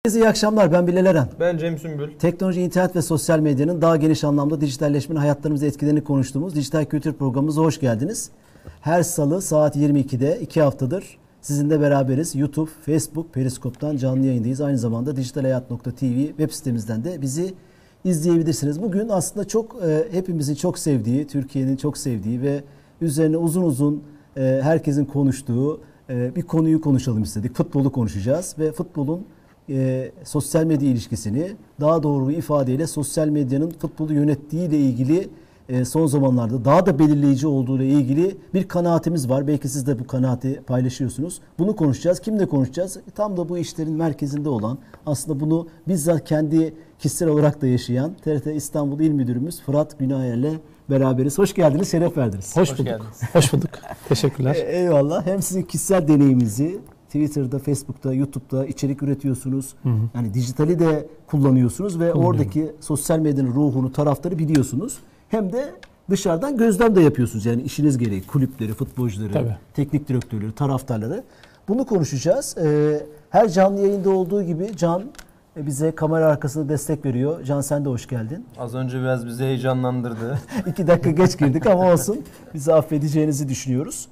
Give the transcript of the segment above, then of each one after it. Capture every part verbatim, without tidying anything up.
İyi akşamlar, ben Bilal Eren. Ben Cem Sümbül. Teknoloji, internet ve sosyal medyanın daha geniş anlamda dijitalleşmenin hayatlarımıza etkilerini konuştuğumuz Dijital Kültür Programımıza hoş geldiniz. Her salı saat yirmi ikide iki haftadır sizinle beraberiz. YouTube, Facebook, Periskop'tan canlı yayındayız. Aynı zamanda dijitalhayat nokta tv web sitemizden de bizi izleyebilirsiniz. Bugün aslında çok e, hepimizin çok sevdiği, Türkiye'nin çok sevdiği ve üzerine uzun uzun e, herkesin konuştuğu e, bir konuyu konuşalım istedik. Futbolu konuşacağız ve futbolun E, sosyal medya ilişkisini, daha doğru bir ifadeyle sosyal medyanın futbolu yönettiği ile ilgili e, son zamanlarda daha da belirleyici olduğu ile ilgili bir kanaatimiz var. Belki siz de bu kanaati paylaşıyorsunuz. Bunu konuşacağız. Kimle konuşacağız? Tam da bu işlerin merkezinde olan, aslında bunu bizzat kendi kişisel olarak da yaşayan T R T İstanbul İl Müdürümüz Fırat Günayer'le beraberiz. Hoş geldiniz, şeref verdiniz. Hoş, Hoş bulduk. Geldiniz. Hoş bulduk. Teşekkürler. E, eyvallah. Hem sizin kişisel deneyiminizi Twitter'da, Facebook'ta, YouTube'da içerik üretiyorsunuz. Hı hı. Yani dijitali de kullanıyorsunuz ve oradaki sosyal medyanın ruhunu, taraftarı biliyorsunuz. Hem de dışarıdan gözlem de yapıyorsunuz. Yani işiniz gereği kulüpleri, futbolcuları, Tabii. teknik direktörleri, taraftarları. Bunu konuşacağız. Ee, her canlı yayında olduğu gibi Can bize kamera arkasında destek veriyor. Can, sen de hoş geldin. Az önce biraz bizi heyecanlandırdı. İki dakika geç girdik ama olsun. Bizi affedeceğinizi düşünüyoruz.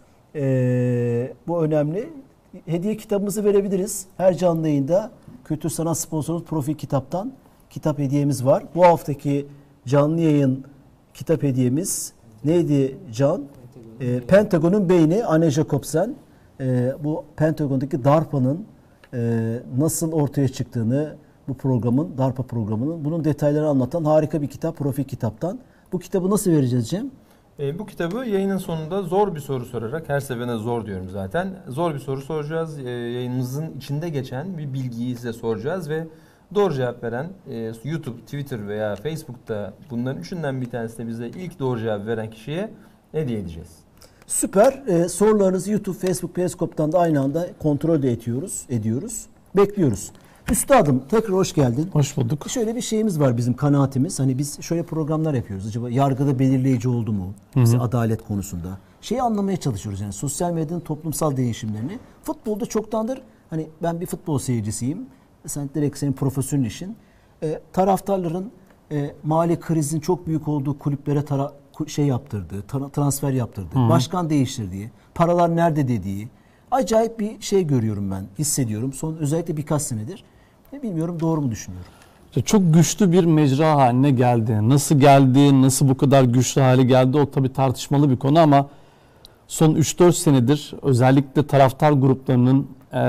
Ee, bu önemli. Hediye kitabımızı verebiliriz. Her canlı yayında Kültür Sanat Sponsorumuz Profil Kitap'tan kitap hediyemiz var. Bu haftaki canlı yayın kitap hediyemiz neydi Can? Ee, Pentagon'un Beyni, Anne Jacobsen. Ee, bu Pentagon'daki DARPA'nın e, nasıl ortaya çıktığını, bu programın, DARPA programının bunun detaylarını anlatan harika bir kitap Profil Kitap'tan. Bu kitabı nasıl vereceğiz Cem? E, bu kitabı yayının sonunda zor bir soru sorarak, her seferinde zor diyorum zaten, zor bir soru soracağız. E, yayınımızın içinde geçen bir bilgiyi size soracağız ve doğru cevap veren e, YouTube, Twitter veya Facebook'ta bunların üçünden bir tanesi de bize ilk doğru cevap veren kişiye hediye edeceğiz. Süper. E, sorularınızı YouTube, Facebook, Periskop'tan da aynı anda kontrol de ediyoruz, ediyoruz. Bekliyoruz. Üstadım, tekrar hoş geldin. Hoş bulduk. Şöyle bir şeyimiz var, bizim kanaatimiz. Hani biz şöyle programlar yapıyoruz. Acaba yargıda belirleyici oldu mu? Mesela adalet konusunda. Şeyi anlamaya çalışıyoruz yani sosyal medyanın toplumsal değişimlerini. Futbolda çoktandır, hani ben bir futbol seyircisiyim. Sen direkt senin profesyonel işin. E, taraftarların e, mali krizin çok büyük olduğu kulüplere tara- şey yaptırdığı, tra- transfer yaptırdığı, Hı-hı. başkan değiştirdiği, paralar nerede dediği acayip bir şey görüyorum ben, hissediyorum. Son özellikle birkaç senedir. Ne bilmiyorum, doğru mu düşünüyorum? Çok güçlü bir mecra haline geldi. Nasıl geldi, nasıl bu kadar güçlü hale geldi o tabii tartışmalı bir konu ama son üç dört senedir özellikle taraftar gruplarının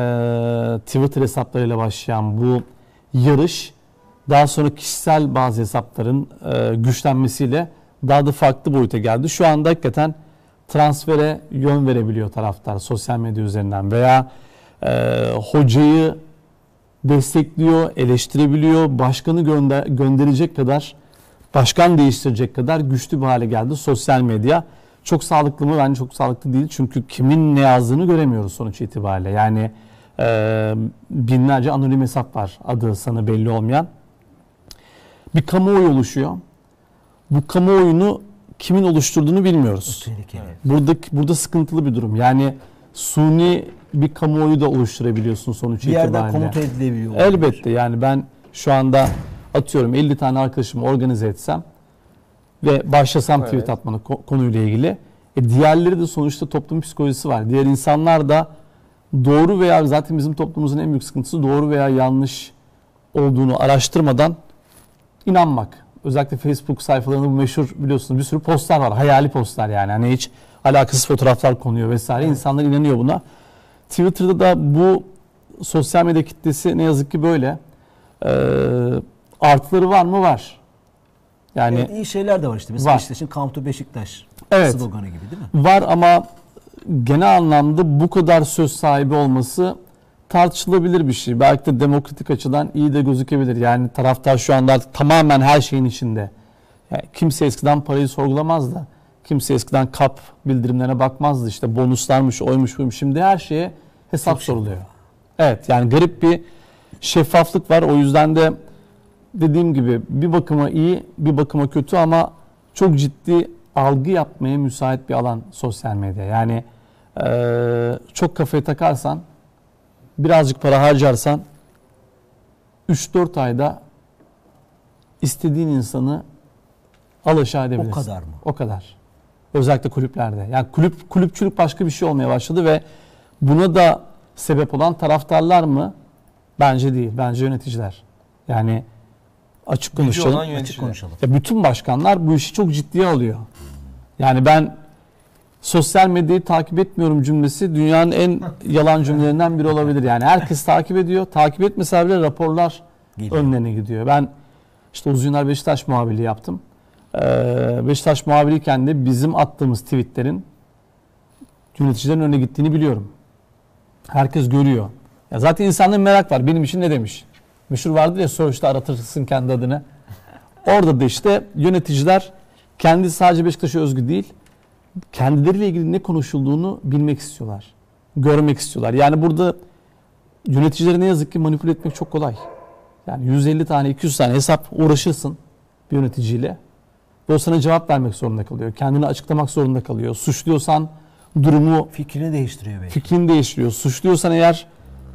e, Twitter hesaplarıyla başlayan bu yarış daha sonra kişisel bazı hesapların e, güçlenmesiyle daha da farklı boyuta geldi. Şu anda hakikaten transfere yön verebiliyor taraftar sosyal medya üzerinden veya e, hocayı destekliyor, eleştirebiliyor, başkanı gönder gönderecek kadar, başkan değiştirecek kadar güçlü bir hale geldi sosyal medya. Çok sağlıklı mı? Bence çok sağlıklı değil. Çünkü kimin ne yazdığını göremiyoruz sonuç itibariyle. Yani e, binlerce anonim hesap var, adı sana belli olmayan. Bir kamuoyu oluşuyor. Bu kamuoyunu kimin oluşturduğunu bilmiyoruz. Burada, burada sıkıntılı bir durum. Yani suni bir kamuoyu da oluşturabiliyorsun sonuç itibariyle. Bir yerden komut edilebiliyor. Elbette, yani ben şu anda atıyorum elli tane arkadaşımı organize etsem ve başlasam evet. tweet atmanı konuyla ilgili. E diğerleri de sonuçta toplum psikolojisi var. Diğer insanlar da doğru veya zaten bizim toplumumuzun en büyük sıkıntısı doğru veya yanlış olduğunu araştırmadan inanmak. Özellikle Facebook sayfalarında bu meşhur biliyorsunuz bir sürü postlar var. Hayali postlar yani. Hani hiç alakasız fotoğraflar konuyor vesaire. Evet. İnsanlar inanıyor buna. Twitter'da da bu sosyal medya kitlesi ne yazık ki böyle. Ee, artıları var mı? Var. Yani evet, iyi şeyler de var işte. Mesela Beşiktaş'ın Come to Beşiktaş evet, sloganı gibi değil mi? Var ama genel anlamda bu kadar söz sahibi olması tartışılabilir bir şey. Belki de demokratik açıdan iyi de gözükebilir. Yani taraftar şu anda tamamen her şeyin içinde. Yani kimse eskiden parayı sorgulamazdı. Kimse eskiden kap bildirimlerine bakmazdı. İşte bonuslarmış, oymuş, buymuş. Şimdi her şeye hesap Çok soruluyor. Şey. Evet, yani garip bir şeffaflık var. O yüzden de dediğim gibi bir bakıma iyi, bir bakıma kötü ama çok ciddi algı yapmaya müsait bir alan sosyal medya. Yani e, çok kafaya takarsan, birazcık para harcarsan üç dört ayda istediğin insanı al aşağı edebilirsin. O kadar mı? O kadar. Özellikle kulüplerde. Yani kulüp kulüpçülük başka bir şey olmaya başladı ve buna da sebep olan taraftarlar mı? Bence değil. Bence yöneticiler. Yani açık Gücü konuşalım. olan Açık yöneticiler. konuşalım. Ya bütün başkanlar bu işi çok ciddiye alıyor. Yani ben sosyal medyayı takip etmiyorum cümlesi dünyanın en yalan cümlelerinden biri olabilir. Yani herkes takip ediyor. Takip etmese bile raporlar Geliyor. önlerine gidiyor. Ben işte uzun yıllar Beşiktaş muhabirliği yaptım. Ee, Beşiktaş muhabiriyken de bizim attığımız tweetlerin yöneticilerin önüne gittiğini biliyorum. Herkes görüyor. Ya zaten insanların merak var. Benim için ne demiş? Meşhur vardır ya, Search'te aratırsın kendi adını. Orada da işte yöneticiler kendi sadece Beşiktaş'a özgü değil, kendileriyle ilgili ne konuşulduğunu bilmek istiyorlar. Görmek istiyorlar. Yani burada yöneticileri ne yazık ki manipüle etmek çok kolay. Yani yüz elli tane, iki yüz tane hesap uğraşırsın bir yöneticiyle. Ve o sana cevap vermek zorunda kalıyor. Kendini açıklamak zorunda kalıyor. Suçluyorsan durumu, Fikrini değiştiriyor belki. fikrini değiştiriyor. Suçluyorsan eğer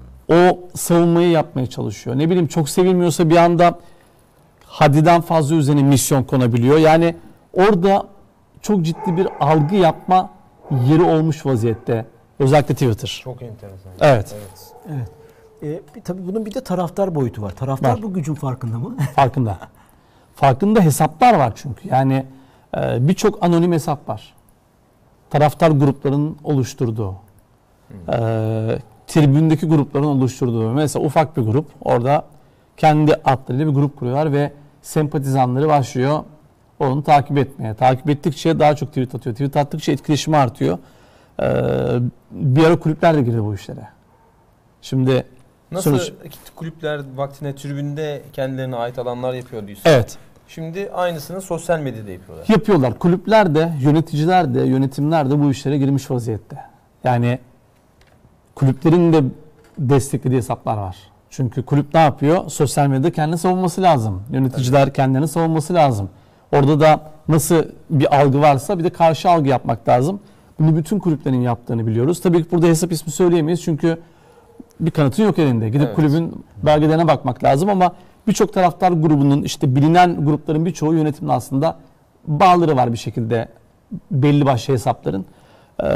o savunmayı yapmaya çalışıyor. Ne bileyim, çok sevilmiyorsa bir anda haddiden fazla üzerine misyon konabiliyor. Yani orada çok ciddi bir algı yapma yeri olmuş vaziyette. Özellikle Twitter. Çok enteresan. Evet. Evet. Evet. E, bir- tabii bunun bir de taraftar boyutu var. Taraftar Var. bu gücün farkında mı? Farkında. Farkında hesaplar var çünkü. Yani e, birçok anonim hesap var. Taraftar gruplarının oluşturduğu. E, tribündeki grupların oluşturduğu. Mesela ufak bir grup orada kendi adlarıyla bir grup kuruyorlar ve sempatizanları başlıyor onu takip etmeye. Takip ettikçe daha çok tweet atıyor. Tweet attıkça etkileşimi artıyor. E, bir ara kulüpler de girdi bu işlere. Şimdi Nasıl sonuç... kulüpler vaktine tribünde kendilerine ait alanlar yapıyorduysa. Evet. Şimdi aynısını sosyal medyada yapıyorlar. Yapıyorlar. Kulüpler de, yöneticiler de, yönetimler de bu işlere girmiş vaziyette. Yani kulüplerin de desteklediği hesaplar var. Çünkü kulüp ne yapıyor? Sosyal medyada kendini savunması lazım. Yöneticiler evet. kendini savunması lazım. Orada da nasıl bir algı varsa bir de karşı algı yapmak lazım. Bunu bütün kulüplerin yaptığını biliyoruz. Tabii ki burada hesap ismi söyleyemeyiz çünkü bir kanıtın yok elinde. Gidip evet. kulübün belgelerine bakmak lazım ama birçok taraftar grubunun, işte bilinen grupların birçoğu yönetimin aslında bağları var bir şekilde belli başlı hesapların. Ee,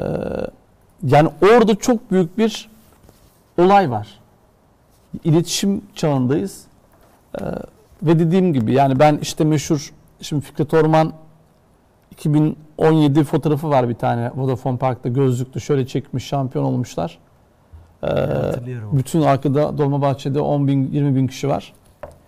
yani orada çok büyük bir olay var. İletişim çağındayız. Ee, ve dediğim gibi yani ben işte meşhur, şimdi Fikret Orman iki bin on yedi fotoğrafı var bir tane Vodafone Park'ta gözlüklü şöyle çekmiş, şampiyon olmuşlar. Ee, bütün arkada Dolmabahçe'de on bin yirmi bin kişi var.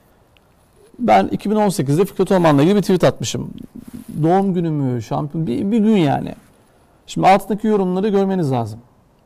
Ben iki bin on sekizde Fikret Orman'la ilgili bir tweet atmışım. Doğum günü mü, şampiyon bir, bir gün yani. Şimdi altındaki yorumları görmeniz lazım.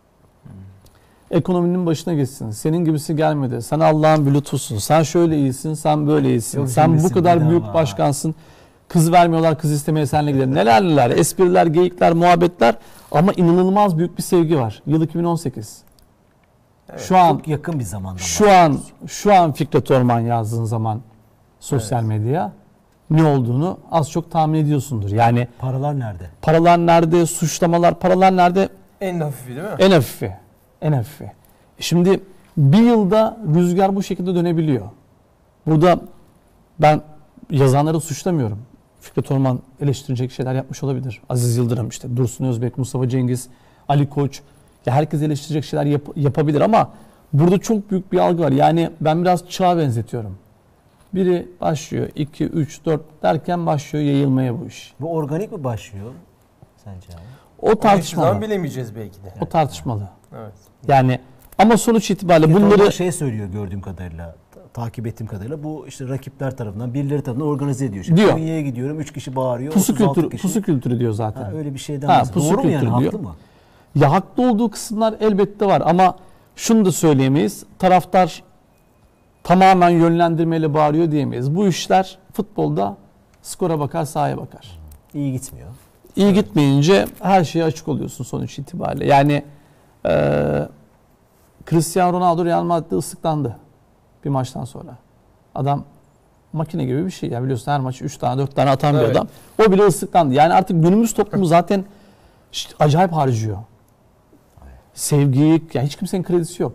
Ekonominin başına geçsin. Senin gibisi gelmedi. Sen Allah'ın bir lütfusun. Sen şöyle iyisin, sen böyle iyisin. Yok, sen bu kadar büyük var. Başkansın. Kız vermiyorlar, kız istemeye seninle gidelim. Neler neler, espriler, geyikler, muhabbetler ama inanılmaz büyük bir sevgi var. Yıl iki bin on sekiz. Evet, şu an çok yakın bir zamanda. Şu an şu an Fikret Orman yazdığın zaman sosyal evet. medyaya ne olduğunu az çok tahmin ediyorsundur. Yani paralar nerede? Paralar nerede? Suçlamalar, paralar nerede? En hafifi değil mi? En hafifi. En hafifi. Şimdi bir yılda rüzgar bu şekilde dönebiliyor. Burada ben yazanları suçlamıyorum. Fikret Orman eleştirecek şeyler yapmış olabilir. Aziz Yıldırım, işte Dursun Özbek, Mustafa Cengiz, Ali Koç. Ya herkes eleştirecek şeyler yap, yapabilir ama burada çok büyük bir algı var. Yani ben biraz çağa benzetiyorum. Biri başlıyor, iki, üç, dört derken başlıyor yayılmaya bu iş. Bu organik mi başlıyor sence abi? O tartışmalı. O bilemeyeceğiz belki de. O tartışmalı. Evet. Yani ama sonuç itibariyle Fikret bunları... Orman şey söylüyor gördüğüm kadarıyla, takip ettiğim kadarıyla, bu işte rakipler tarafından, birileri tarafından organize ediyor. Şimdi diyor. Konya'ya gidiyorum, üç kişi bağırıyor, pusu kültürü, kişi. Pusu kültürü diyor zaten. Ha, öyle bir şeyden ha, Doğru mu yani? diyor. Haklı mı? Ya haklı olduğu kısımlar elbette var ama şunu da söyleyemeyiz. Taraftar tamamen yönlendirmeyle bağırıyor diyemeyiz. Bu işler futbolda skora bakar, sahaya bakar. İyi gitmiyor. İyi evet. gitmeyince her şeye açık oluyorsun sonuç itibariyle. Yani e, Cristiano Ronaldo Real Madrid'de ıslıklandı bir maçtan sonra. Adam makine gibi bir şey. Ya biliyorsun her maç üç tane dört tane atan evet. bir adam. O bile ıslıklandı. Yani artık günümüz toplumu zaten acayip harcıyor. Sevgiyi, yani hiç kimsenin kredisi yok.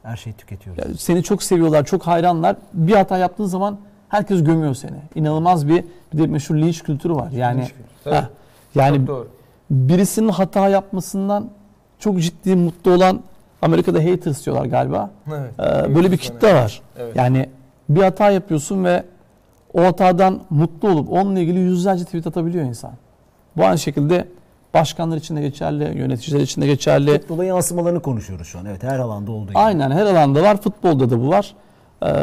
Her şeyi tüketiyoruz. Yani seni çok seviyorlar, çok hayranlar. Bir hata yaptığın zaman herkes gömüyor seni. İnanılmaz bir bir de meşhur linç kültürü var. Yani Linç kültürü, tabii. heh, yani Çok doğru. birisinin hata yapmasından çok ciddi mutlu olan, Amerika'da haters diyorlar galiba. Evet. Ee, böyle bir kitle var. Evet. Yani bir hata yapıyorsun ve o hatadan mutlu olup onunla ilgili yüzlerce tweet atabiliyor insan. Bu aynı şekilde başkanlar için de geçerli, yöneticiler için de geçerli. Futbola yansımalarını konuşuyoruz şu an. Evet, her alanda olduğu gibi. Aynen, her alanda var. Futbolda da bu var. Ee,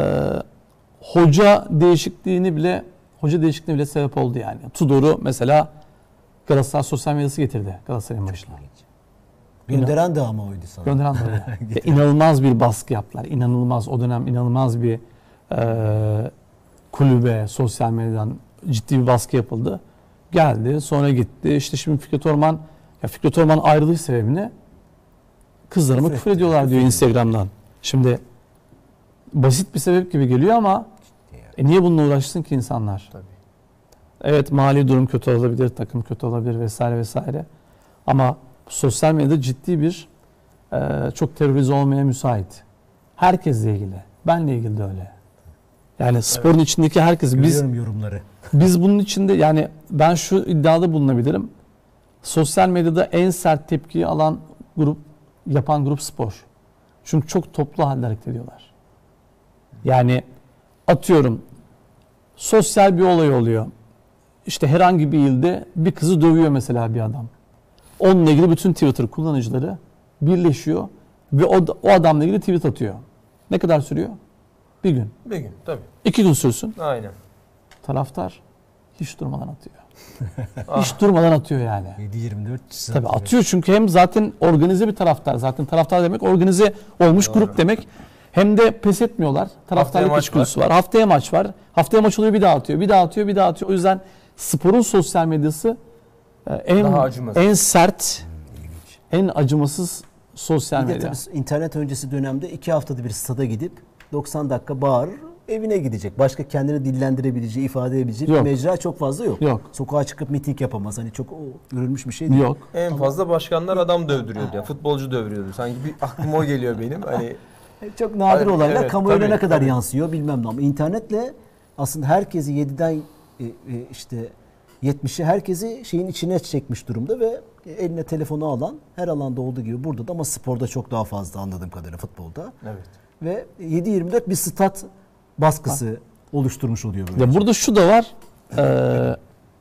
hoca değişikliğini bile hoca değişikliğine bile sebep oldu yani. Tudor'u mesela Galatasaray sosyal medyası getirdi Galatasaray'ın başına. Gönderen de ama oydu sana. Gönderen de öyle. İnanılmaz bir baskı yaptılar. İnanılmaz. O dönem inanılmaz bir e, kulübe, sosyal medyadan ciddi bir baskı yapıldı. Geldi, sonra gitti. İşte şimdi Fikret Orman, ya Fikret Orman ayrılış sebebini kızlarıma Küfür küfür etti, ediyorlar küfür diyor ediyor. Instagram'dan. Şimdi basit bir sebep gibi geliyor ama e niye bununla uğraşsın ki insanlar? Tabii. Evet, mali durum kötü olabilir, takım kötü olabilir vesaire vesaire. Ama sosyal medyada ciddi bir e, çok terörize olmaya müsait. Herkesle ilgili. Benle ilgili de öyle. Yani sporun evet. içindeki herkes. Biz, Görüyorum yorumları. biz bunun içinde, yani ben şu iddiada bulunabilirim. Sosyal medyada en sert tepkiyi alan grup, yapan grup spor. Çünkü çok toplu halde hareket ediyorlar. Yani atıyorum sosyal bir olay oluyor. İşte herhangi bir ilde bir kızı dövüyor mesela bir adam. Onunla ilgili bütün Twitter kullanıcıları birleşiyor ve o, o adamla ilgili tweet atıyor. Ne kadar sürüyor? Bir gün. Bir gün tabii. İki gün sürsün. Aynen. Taraftar hiç durmadan atıyor. Hiç durmadan atıyor yani. yedi yirmi dört Tabii atıyor çünkü hem zaten organize bir taraftar. Zaten taraftar demek organize olmuş Doğru. grup demek. Hem de pes etmiyorlar. Taraftarlık içgüdüsü var. var. Haftaya maç var. Haftaya maç oluyor, bir daha atıyor. Bir daha atıyor, bir daha atıyor. O yüzden sporun sosyal medyası en en sert, en acımasız sosyal bir de medya. tabii internet öncesi dönemde iki haftada bir stada gidip doksan dakika bağırır, evine gidecek. Başka kendini dillendirebileceği, ifade edebileceği Yok. bir mecra çok fazla yok. Yok. Sokağa çıkıp miting yapamaz. Hani çok o, görülmüş bir şey değil. Yok. En fazla başkanlar adam dövdürüyordu ya. Futbolcu dövdürüyordu. Sanki bir aklıma o geliyor benim. Hani Çok nadir Evet, olaylar evet, kamuoyuna tabii, ne kadar tabii. yansıyor bilmem ne, ama internetle aslında herkesi yediden e, e, işte yetmişe herkesi şeyin içine çekmiş durumda ve eline telefonu alan, her alanda olduğu gibi burada da, ama sporda çok daha fazla anladığım kadarıyla, futbolda. evet. Ve yedi yirmi dört bir stat baskısı ha. oluşturmuş oluyor böyle. Ya burada şu da var. Ee,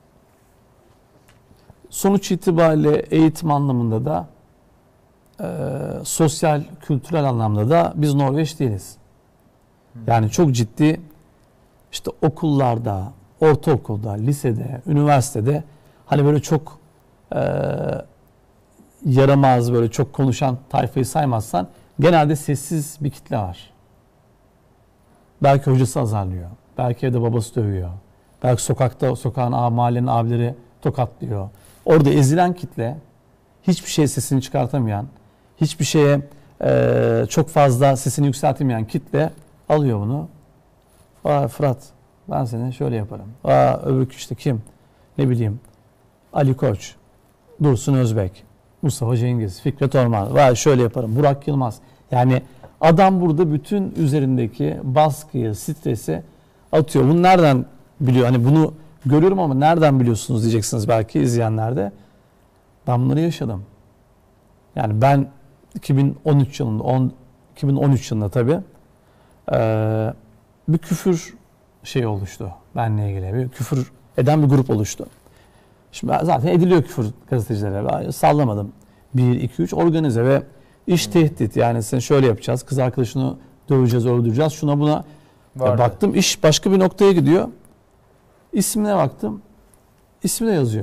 sonuç itibariyle eğitim anlamında da e, sosyal, kültürel anlamda da biz Norveç değiliz. Yani çok ciddi işte okullarda, ortaokulda, lisede, üniversitede hani böyle çok e, yaramaz, böyle çok konuşan tayfayı saymazsan genelde sessiz bir kitle var. Belki hocası azarlıyor. Belki evde babası dövüyor. Belki sokakta, sokağın, mahallenin abileri tokatlıyor. Orada ezilen kitle, hiçbir şeye sesini çıkartamayan, hiçbir şeye e, çok fazla sesini yükseltemeyen kitle alıyor bunu. Aa Fırat, ben seni şöyle yaparım. Aa öbürkü işte kim? Ne bileyim, Ali Koç, Dursun Özbek, Mustafa Cengiz, Fikret Orman. Vay şöyle yaparım. Burak Yılmaz. Yani adam burada bütün üzerindeki baskıyı, stresi atıyor. Bunu nereden biliyor? Hani bunu görüyorum ama nereden biliyorsunuz diyeceksiniz belki izleyenler de. Ben bunları yaşadım. Yani ben iki bin on üç yılında, on, iki bin on üç yılında tabii ee, bir küfür şey oluştu. Benle ilgili bir küfür eden bir grup oluştu. Şimdi zaten ediliyor küfür gazetecilere. Ben sallamadım. bir, iki, üç organize ve iş tehdit. Yani sen şöyle yapacağız. Kız arkadaşını döveceğiz, öldüreceğiz. Şuna buna. Ya baktım iş başka bir noktaya gidiyor. İsmine baktım. İsmi de yazıyor.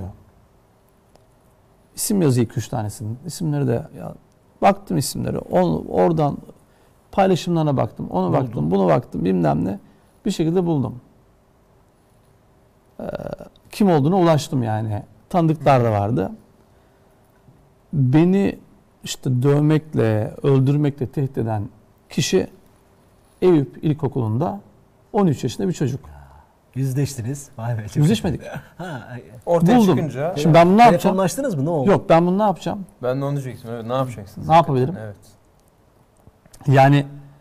İsim yazıyor iki üç tanesinin. İsimleri de ya, baktım isimleri. Onu, oradan paylaşımlarına baktım. Onu Buldum. baktım. Bunu baktım. Bilmem ne. Bir şekilde buldum. Ee, kim olduğuna ulaştım yani. Tanıdıklar da vardı. Beni işte dövmekle, öldürmekle tehdit eden kişi Eyüp İlkokulu'nda on üç yaşında bir çocuk. Yüzleştiniz. Vay be. çok Yüzleşmedik. Ha, Ortaya Buldum. çıkınca Şimdi ben bunu ne yapacağım? telefonlaştınız mı? Ne oldu? Yok, ben bunu ne yapacağım? ben de onu diyecektim. Evet, ne yapacaksınız? Ne yapabilirim? Evet. Yani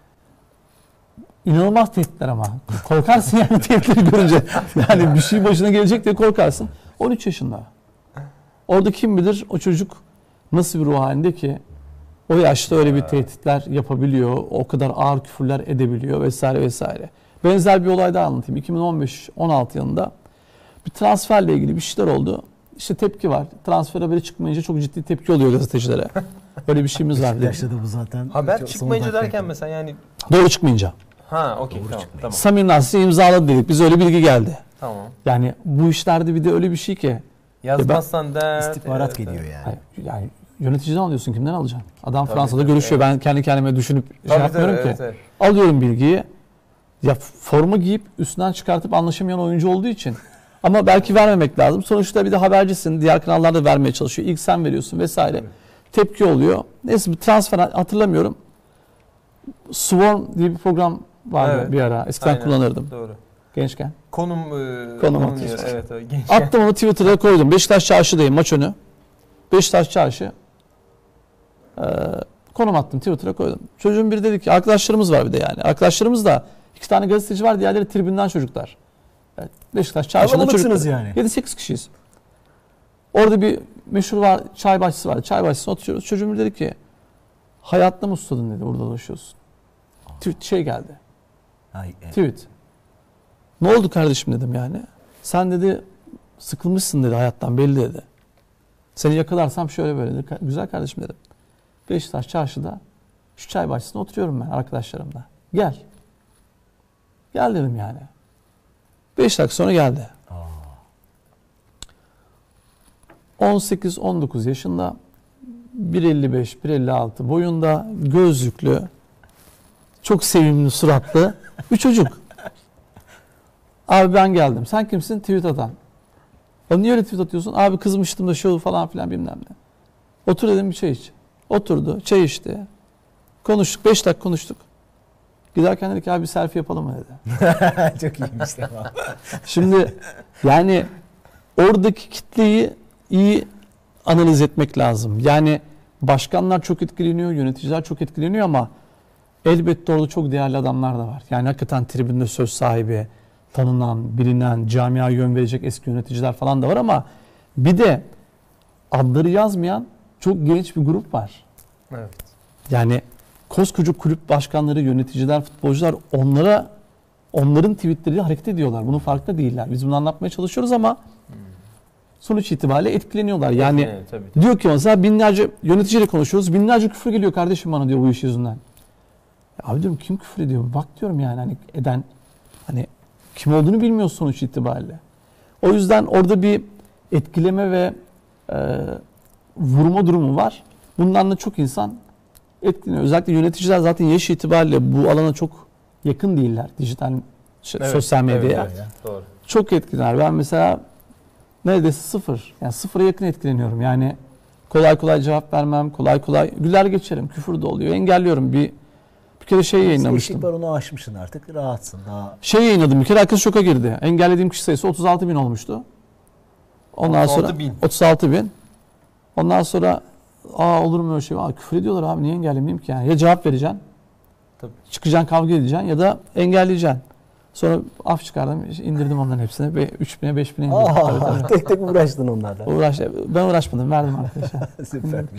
İnanılmaz tehditler ama. Korkarsın yani tehditleri görünce. Yani bir şey başına gelecek diye korkarsın. on üç yaşında. Orada kim bilir o çocuk nasıl bir ruh halinde ki o yaşta öyle bir tehditler yapabiliyor. O kadar ağır küfürler edebiliyor vesaire vesaire. Benzer bir olay daha anlatayım. iki bin on beş on altı yılında bir transferle ilgili bir şeyler oldu. İşte tepki var. Transfer haberi çıkmayınca çok ciddi tepki oluyor gazetecilere. Öyle bir şeyimiz var. Yaşadı bu zaten. Haber Çok çıkmayınca son derken dakika. mesela yani Doğru çıkmayınca. ha okey tamam tamam. Samir Nasri imzaladı dedik. Bize öyle bilgi geldi. Tamam. Yani bu işlerde bir de öyle bir şey ki. Yazmazsan dert. İstihbarat evet, geliyor evet. yani. Hayır, yani yöneticiden alıyorsun. Kimden alacaksın? Adam Tabii, Fransa'da tabii, görüşüyor. evet. Ben kendi kendime düşünüp şey Tabii, yapmıyorum tabii, ki. evet, evet. Alıyorum bilgiyi. Ya forma giyip üstünden çıkartıp anlaşamayan oyuncu olduğu için. Ama belki vermemek lazım. Sonuçta bir de habercisin. Diğer kanallar da vermeye çalışıyor. İlk sen veriyorsun vesaire. Evet. Tepki oluyor. Neyse bir transfer hatırlamıyorum. Swarm diye bir program vardı Evet. bir ara. Eskiden Aynen, kullanırdım doğru. gençken. Konum e, Konum konum atıyorsun. diyor, evet, evet gençken. Attım onu Twitter'a koydum. Beşiktaş Çarşı'dayım maç önü. Beşiktaş Çarşı. Ee, konum attım Twitter'a koydum. Çocuğun biri dedi ki arkadaşlarımız var bir de yani. Arkadaşlarımız da iki tane gazeteci var, diğerleri tribünden çocuklar. Evet, Beşiktaş Çarşı'da Kalabalıksınız çocuklar. yani. yedi sekiz kişiyiz. Orada bir meşhur var, çay bahçesi var. Çay bahçesine oturuyoruz. Çocuğum biri dedi ki hayatta mı susadın dedi, burada dolaşıyorsun. Tweet şey geldi. Ay, evet. Tweet. Ne oldu kardeşim dedim yani. Sen dedi sıkılmışsın dedi hayattan belli dedi. Seni yakalarsam şöyle böyle dedi. Güzel kardeşim dedim. Beşiktaş Çarşı'da şu çay bahçesinde oturuyorum ben arkadaşlarımla. Gel. Gel dedim yani. Beş dakika sonra geldi. on sekiz on dokuz yaşında, bir elli beş bir elli altı boyunda, gözlüklü, çok sevimli suratlı bir çocuk. Abi ben geldim. Sen kimsin? Tweet atan. Ya niye öyle tweet atıyorsun? Abi kızmıştım da şey oldu falan filan bilmem ne. Otur dedim bir çay iç. Oturdu. Çay içti. Konuştuk. Beş dakika konuştuk. Giderken dedik abi bir selfie yapalım mı dedi. Çok iyiymiş tamam. Şimdi yani oradaki kitleyi iyi analiz etmek lazım. Yani başkanlar çok etkileniyor, yöneticiler çok etkileniyor ama elbette orada çok değerli adamlar da var. Yani hakikaten tribünde söz sahibi, tanınan, bilinen, camiaya yön verecek eski yöneticiler falan da var ama bir de adları yazmayan çok genç bir grup var. Evet. Yani koskoca kulüp başkanları, yöneticiler, futbolcular onlara onların tweetleriyle hareket ediyorlar. Bunun farkında değiller. Biz bunu anlatmaya çalışıyoruz ama sonuç itibariyle etkileniyorlar. Yani Evet, tabii, tabii. diyor ki mesela binlerce yöneticiyle konuşuyoruz. Binlerce küfür geliyor kardeşim bana diyor bu iş yüzünden. Ya abi diyorum kim küfür ediyor? Bak diyorum yani hani eden hani kim olduğunu bilmiyoruz sonuç itibariyle. O yüzden orada bir etkileme ve e, vurma durumu var. Bundan da çok insan etkileniyor. Özellikle yöneticiler zaten yaş itibariyle bu alana çok yakın değiller. Dijital şey, Evet, sosyal medyaya. evet, evet, doğru. Çok etkiler. Ben mesela neredeyse sıfır. Yani sıfıra yakın etkileniyorum. Yani kolay kolay cevap vermem. Kolay kolay güler geçerim. Küfür de oluyor. Engelliyorum. Bir bir kere şey yayınlamıştım. Eşlik var onu aşmışsın artık. Rahatsın daha. Şey yayınladım. Bir kere herkes şoka girdi. Engellediğim kişi sayısı otuz altı bin olmuştu. Ondan otuz altı sonra bin. otuz altı bin. Ondan sonra aa olur mu öyle şey? Aa, küfür ediyorlar abi. Niye engellemeyeyim ki yani? Ya cevap vereceksin. Tabii. Çıkacaksın kavga edeceksin ya da engelleyeceksin. Sonra af çıkardım. indirdim onların hepsini. üç bine beş bine indirdim. Tabii, Aa, tabii. tek tek uğraştın onlarla. Uğraş, ben uğraşmadım. Verdim arkadaşa. Süpermiş.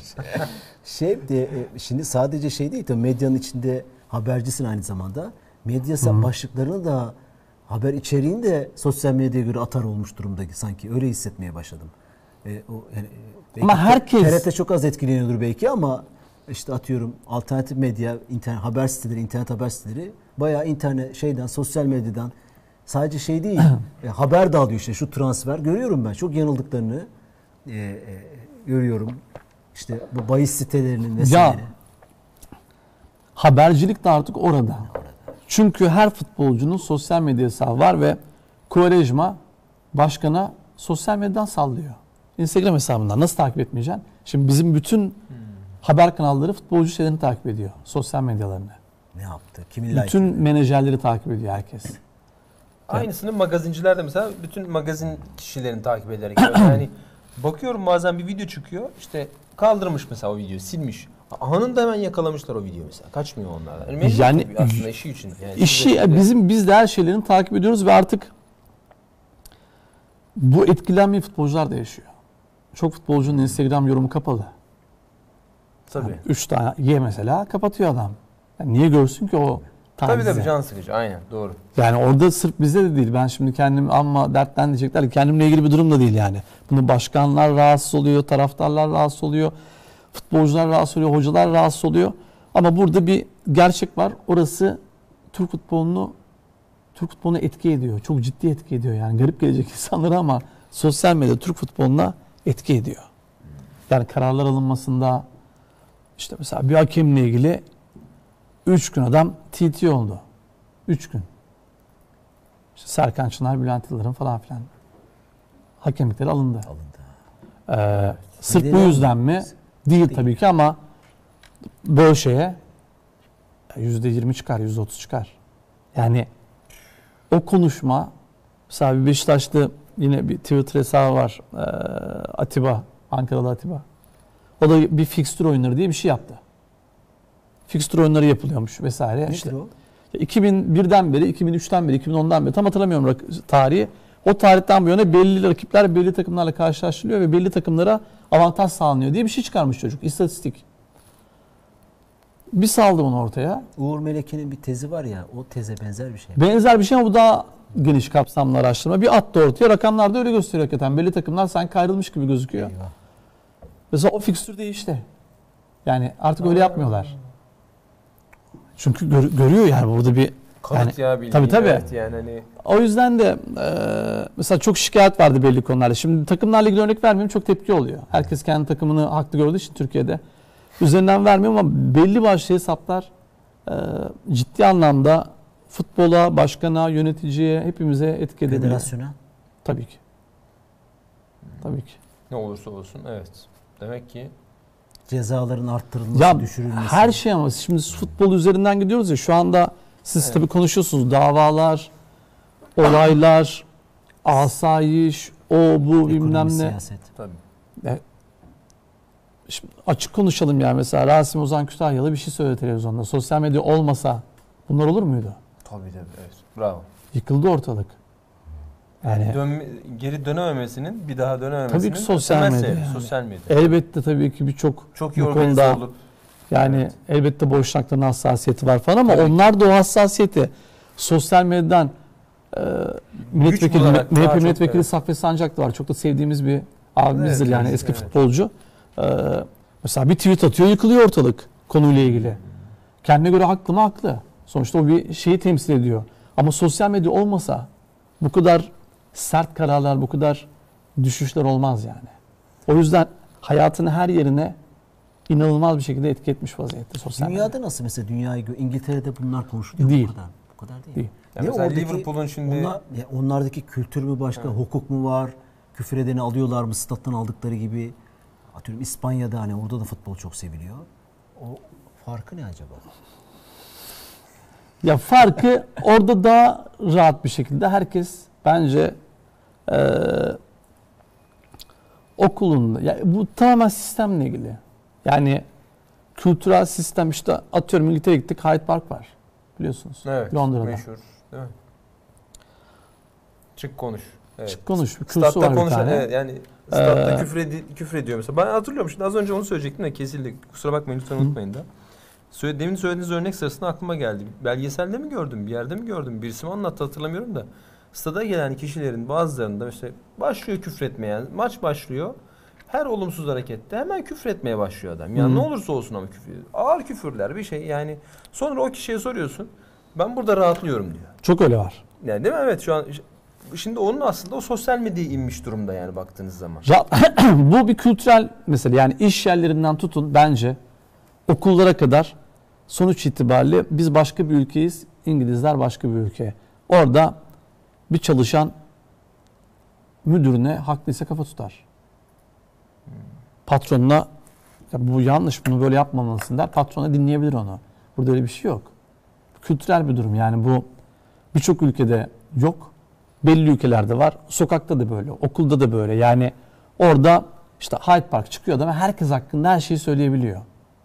Şey de e, şimdi sadece şey değil tabii medyanın içinde habercisin aynı zamanda. Medya sen başlıklarını da haber içeriğini de sosyal medyaya göre atar olmuş durumda sanki. Öyle hissetmeye başladım. E, o yani, e, Ama herkes- T R T çok az etkileniyordur belki ama işte atıyorum alternatif medya, internet haber siteleri, internet haber siteleri bayağı internet şeyden sosyal medyadan sadece şey değil e, haber de alıyor işte şu transfer görüyorum ben çok yanıldıklarını e, e, görüyorum. İşte bu bahis sitelerinin vesaire. Ya habercilik de artık orada. Çünkü her futbolcunun sosyal medya hesabı var ve Quaresma başkana sosyal medyadan sallıyor. Instagram hesabından nasıl takip etmeyeceksin? Şimdi bizim bütün hmm. haber kanalları futbolcu şeylerini takip ediyor. Sosyal medyalarını. Ne yaptı? Kimin Bütün like'ını? menajerleri takip ediyor herkes. Aynısını magazinciler de mesela bütün magazin kişilerini takip ederek yapıyor. Yani bakıyorum bazen bir video çıkıyor işte kaldırmış mesela o videoyu silmiş. Ahan'ın da hemen yakalamışlar o videoyu mesela. Kaçmıyor onlardan. Yani, Yani aslında işi için. Yani işi de... bizim biz de her şeylerini takip ediyoruz ve artık bu etkilenmeyi futbolcular da yaşıyor. Çok futbolcunun Instagram yorumu kapalı. Tabii. Yani üç tane ye mesela kapatıyor adam. Yani niye görsün ki o tacizi? Tabii tabii can sıkıcı. Aynen doğru. Yani orada sırf bizde de değil. Ben şimdi kendim amma dertten diyecekler ki kendimle ilgili bir durum da değil yani. Bunu başkanlar rahatsız oluyor, taraftarlar rahatsız oluyor, futbolcular rahatsız oluyor, hocalar rahatsız oluyor. Ama burada bir gerçek var. Orası Türk futbolunu Türk futboluna etki ediyor. Çok ciddi etki ediyor yani. Garip gelecek insanlara ama sosyal medya Türk futboluna etki ediyor. Yani kararlar alınmasında işte mesela bir hakemle ilgili üç gün adam T T oldu. üç gün. İşte Serkan Çınar, Bülent Yıldırım falan filan. Hakemlikleri alındı. Alındı. Ee, sırf bu Nedeni yüzden mi? Değil, Değil. tabii ki ama böyle şeye yüzde yirmi çıkar, yüzde otuz çıkar. Yani o konuşma mesela bir Beşiktaş'ta yine bir Twitter hesabı var. Ee, Atiba, Ankaralı Atiba. O da bir fikstür oyunları diye bir şey yaptı. Fikstür oyunları yapılıyormuş vesaire. Nedir İşte o? iki bin birden beri, iki bin üçten beri, iki bin ondan beri tam hatırlamıyorum rak- tarihi. O tarihten bu yana belli rakipler belli takımlarla karşılaştırılıyor ve belli takımlara avantaj sağlanıyor diye bir şey çıkarmış çocuk. İstatistik. Bir saldı onu ortaya. Uğur Meleke'nin bir tezi var ya, o teze benzer bir şey. Benzer bir şey ama bu daha geniş kapsamlı araştırma. Bir attı ortaya. Rakamlar da öyle gösteriyor hakikaten. Belli takımlar sanki ayrılmış gibi gözüküyor. Eyvah. Mesela o fikstür değişti. Yani artık öyle yapmıyorlar. Çünkü gör- görüyor yani burada bir Kanıt yani, ya bildiğin. tabii tabii. Evet yani hani. O yüzden de e, mesela çok şikayet vardı belli konularda. Şimdi takımlarla ilgili örnek vermeyeyim, çok tepki oluyor. Herkes kendi takımını haklı gördüğü için Türkiye'de. Üzerinden vermiyorum ama belli başlı hesaplar e, ciddi anlamda futbola, başkana, yöneticiye, hepimize etki edebiliyor. Federasyona. Tabii ki. Tabii ki. Ne olursa olsun evet. Demek ki Cezaların arttırılması, Ya düşürülmesi. her şey ama şimdi futbol üzerinden gidiyoruz ya şu anda siz Evet. tabii konuşuyorsunuz davalar, olaylar, asayiş, o bu Ekonomi, bilmem ne. siyaset. tabii. Şimdi açık konuşalım yani mesela Rasim Ozan Kütahyalı bir şey söyledi televizyonda. Sosyal medya olmasa bunlar olur muydu? Tabii tabii evet. Bravo. Yıkıldı ortalık. Yani Dönme, geri dönememesinin, bir daha dönememesinin Tabii ki sosyal temel medya sebebi yani. sosyal medya. elbette tabii ki birçok Çok iyi bu organize konuda olup yani Evet. elbette boşnakların hassasiyeti var falan ama Tabii ki. onlar da o hassasiyeti sosyal medyadan e, milletvekili, olarak M daha H P çok, milletvekili evet. Saffet Sancak da var. Çok da sevdiğimiz bir abimizdir Evet, yani evet, eski evet. futbolcu. E, mesela bir tweet atıyor yıkılıyor ortalık konuyla ilgili. Kendine göre haklı mı haklı. Sonuçta o bir şeyi temsil ediyor. Ama sosyal medya olmasa bu kadar sert kararlar, bu kadar düşüşler olmaz yani. O yüzden hayatın her yerine inanılmaz bir şekilde etki etmiş vaziyette sosyal medya. Dünyada nasıl mesela dünyayı gö- İngiltere'de bunlar konuşuluyor Değil. bu kadar. Bu kadar değil. Değil. Ya Ne mesela oradaki- Liverpool'un şimdi Onlar, ya onlardaki kültür mü başka, hukuk mu var? Küfür edeni alıyorlar mı stat'tan aldıkları gibi? Atıyorum İspanya'da hani orada da futbol çok seviliyor. O farkı ne acaba? Ya farkı orada daha rahat bir şekilde herkes bence e, okulunda, ya bu tamamen sistemle ilgili. Yani kültürel sistem işte atıyorum İngiltere'ye gittik Hyde Park var biliyorsunuz evet, Londra'da. meşhur değil mi? Çık konuş. Evet. Çık konuş bir kürsü Statta var bir konuşan tane. evet yani statta Ee, küfür, edi- küfür ediyor mesela. Ben hatırlıyorum şimdi az önce onu söyleyecektim de kesildi. Kusura bakmayın lütfen Hı. unutmayın da. Söyle, demin söylediğiniz örnek sırasında aklıma geldi. Belgeselde mi gördüm, bir yerde mi gördüm? Birisi mi anlattı hatırlamıyorum da. Stada gelen kişilerin bazılarında işte başlıyor küfretmeye. Maç başlıyor. Her olumsuz harekette hemen küfretmeye başlıyor adam. Yani Hı. ne olursa olsun ama küfür. Ağır küfürler bir şey yani. Sonra o kişiye soruyorsun. Ben burada rahatlıyorum diyor. Çok öyle var. Yani değil mi? Evet şu an şimdi onun aslında o sosyal medyaya inmiş durumda yani baktığınız zaman. Ra- bu bir kültürel mesele yani iş yerlerinden tutun bence okullara kadar sonuç itibariyle biz başka bir ülkeyiz, İngilizler başka bir ülke. Orada bir çalışan müdürüne haklıysa kafa tutar. Patronuna ya bu yanlış bunu böyle yapmamalısın der. Patrona dinleyebilir onu. Burada öyle bir şey yok. Kültürel bir durum yani bu birçok ülkede yok. Belli ülkelerde var. Sokakta da böyle, okulda da böyle. Yani orada işte Hyde Park çıkıyor adam ve herkes hakkında her şeyi söyleyebiliyor.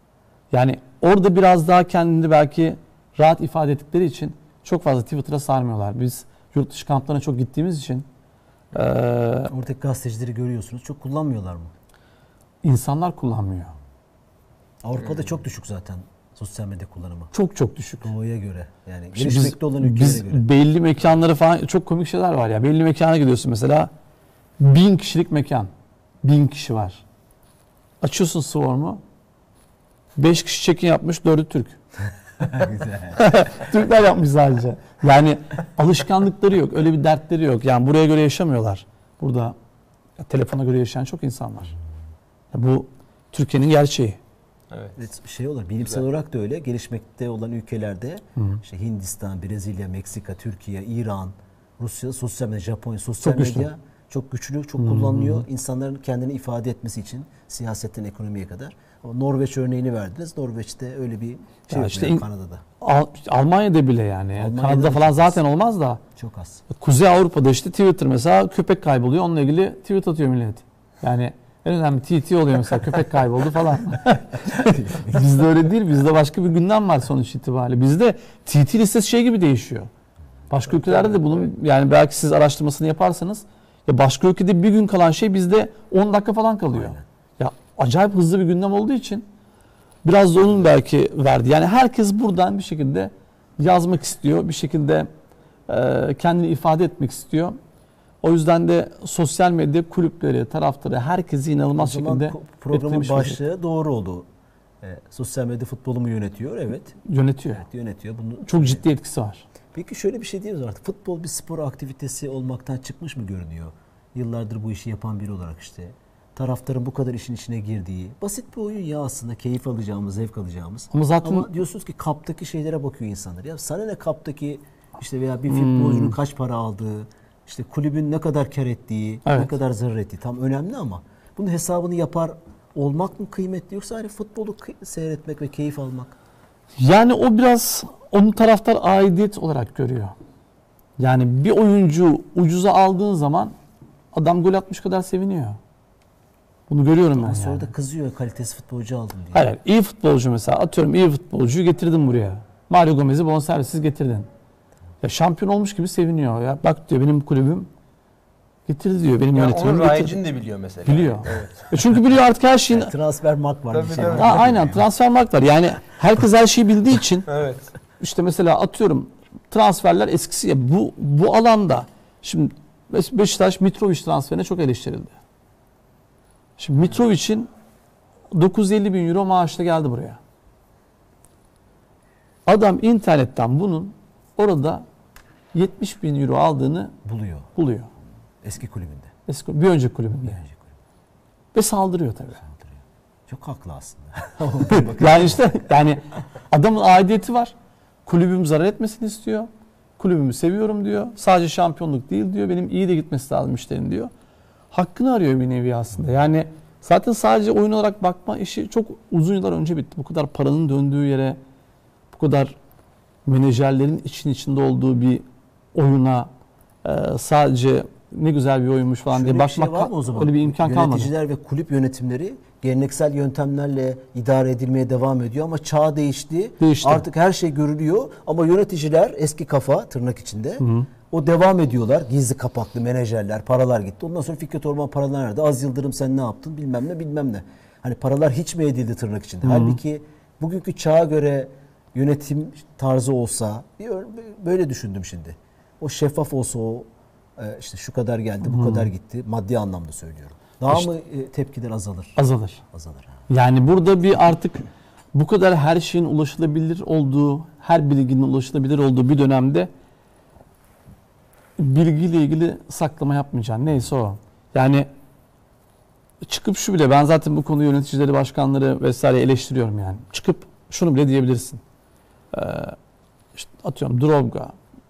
Yani orada biraz daha kendini belki rahat ifade ettikleri için çok fazla Twitter'a sarmıyorlar. Biz yurt dışı kamplarına çok gittiğimiz için e, Oradaki gazetecileri görüyorsunuz. Çok kullanmıyorlar mı? insanlar kullanmıyor. Avrupa'da çok düşük zaten sosyal medya kullanımı. Çok çok düşük. Doğuya göre. Yani Şimdi gelişmekte olan ülkelere biz göre. belli mekanlara falan çok komik şeyler var ya. Belli mekana gidiyorsun mesela. Bin kişilik mekan. Bin kişi var. Açıyorsun Swarm'u. Beş kişi check-in yapmış, dördü Türk. Güzel. Türkler yapmış sadece. Yani alışkanlıkları yok. Öyle bir dertleri yok. Yani buraya göre yaşamıyorlar. Burada ya, telefona göre yaşayan çok insan var. Ya, bu Türkiye'nin gerçeği. Evet. Şey olur, bilimsel olarak da öyle. Gelişmekte olan ülkelerde işte Hindistan, Brezilya, Meksika, Türkiye, İran, Rusya, sosyal medya, Japonya, sosyal Çok güçlü. medya çok güçlü, çok kullanılıyor. İnsanların kendini ifade etmesi için siyasetten ekonomiye kadar. Ama Norveç örneğini verdiniz. Norveç'te öyle bir şey Ya yok işte yani in- Kanada'da. Al- Almanya'da bile yani. Almanya'da Kanada'da da falan çok zaten olmaz da. Çok az. Kuzey Avrupa'da işte Twitter mesela köpek kayboluyor. Onunla ilgili tweet atıyor millet. Yani en önemli T T oluyor mesela köpek kayboldu falan. Bizde öyle değil. Bizde başka bir gündem var sonuç itibariyle. Bizde T T listesi şey gibi değişiyor. Başka ülkelerde de bunun yani belki siz araştırmasını yaparsanız ya başka ülkede bir gün kalan şey bizde on dakika falan kalıyor. Aynen. Ya acayip hızlı bir gündem olduğu için biraz da onun belki verdi. Yani herkes buradan bir şekilde yazmak istiyor. Bir şekilde e, kendini ifade etmek istiyor. O yüzden de sosyal medya kulüpleri, taraftarı herkesi inanılmaz O zaman şekilde ko- programın etkilemiş başlığı vaziyette. doğru oldu. Ee, sosyal medya futbolumu yönetiyor. Evet. Yönetiyor. Evet, yönetiyor. Bunu Çok ciddi etkisi var. Peki şöyle bir şey diyoruz artık. Futbol bir spor aktivitesi olmaktan çıkmış mı görünüyor? Yıllardır bu işi yapan biri olarak işte. Taraftarın bu kadar işin içine girdiği. Basit bir oyun ya aslında. Keyif alacağımız, zevk alacağımız. Ama zaten Ama diyorsunuz ki kaptaki şeylere bakıyor insanlar. Ya sana ne kaptaki işte veya bir futbolcunun Hmm. kaç para aldığı, işte kulübün ne kadar kar ettiği, ne Evet. kadar zarar ettiği tam önemli ama bunun hesabını yapar olmak mı kıymetli yoksa hani futbolu kı- seyretmek ve keyif almak? yani o biraz onun taraftar aidiyet olarak görüyor. Yani bir oyuncu ucuza aldığın zaman adam gol atmış kadar seviniyor. Bunu görüyorum ben Ama sonra yani. da kızıyor kalitesiz futbolcu aldım diye. Hayır, hayır, iyi futbolcu mesela atıyorum iyi futbolcuyu getirdin buraya. Mario Gomez'i bonservissiz getirdin. Ya şampiyon olmuş gibi seviniyor. Ya bak diyor benim kulübüm getirdi diyor. Benim Yani yönetimim onun getirdi. rayicini de biliyor mesela. Biliyor. Evet. E çünkü biliyor artık her şeyin. Transfer mark var Tabii, bir şey. tabii. var. Ha, aynen transfermarkt var. Yani herkes her şeyi bildiği için Evet. işte mesela atıyorum transferler eskisi ya bu bu alanda şimdi Beş- Beşiktaş Mitrovic transferine çok eleştirildi. Şimdi Mitrovic'in dokuz yüz elli bin euro maaşla geldi buraya. Adam internetten bunun orada yetmiş bin euro aldığını Buluyor buluyor. eski kulübünde. Eski, bir önceki kulübünde. Bir önceki kulübü. Ve saldırıyor tabii. Saldırıyor. Çok haklı aslında. Yani işte yani adamın aidiyeti var. Kulübüm zarar etmesini istiyor. Kulübümü seviyorum diyor. Sadece şampiyonluk değil diyor. Benim iyi de gitmesi lazım işlerin diyor. Hakkını arıyor bir nevi aslında. Yani zaten sadece oyun olarak bakma işi çok uzun yıllar önce bitti. Bu kadar paranın döndüğü yere, bu kadar menajerlerin için içinde olduğu bir oyuna e, sadece ne güzel bir oyunmuş falan Şöyle diye bir şey bakmak var mı o zaman? öyle bir imkan kalmadı. Yöneticiler ve kulüp yönetimleri geleneksel yöntemlerle idare edilmeye devam ediyor ama çağ değişti. Değişti. Artık her şey görülüyor ama yöneticiler eski kafa tırnak içinde o devam ediyorlar. Gizli kapaklı menajerler, paralar gitti. Ondan sonra Fikret Orman paralar nerede? Az Yıldırım sen ne yaptın? Bilmem ne bilmem ne. Hani paralar hiç mi edildi tırnak içinde? Halbuki bugünkü çağa göre yönetim tarzı olsa bir ör- böyle düşündüm şimdi. O şeffaf olsa o e, işte şu kadar geldi, bu kadar gitti. Maddi anlamda söylüyorum. Daha İşte- mı e, tepkiler azalır? Azalır. Azalır. Ha. Yani burada bir artık bu kadar her şeyin ulaşılabilir olduğu, her bilginin ulaşılabilir olduğu bir dönemde bilgiyle ilgili saklama yapmayacaksın. Neyse o. Yani çıkıp şu bile, ben zaten bu konuyu yöneticileri, başkanları vesaire eleştiriyorum yani. Çıkıp şunu bile diyebilirsin. Ee, işte atıyorum Drogba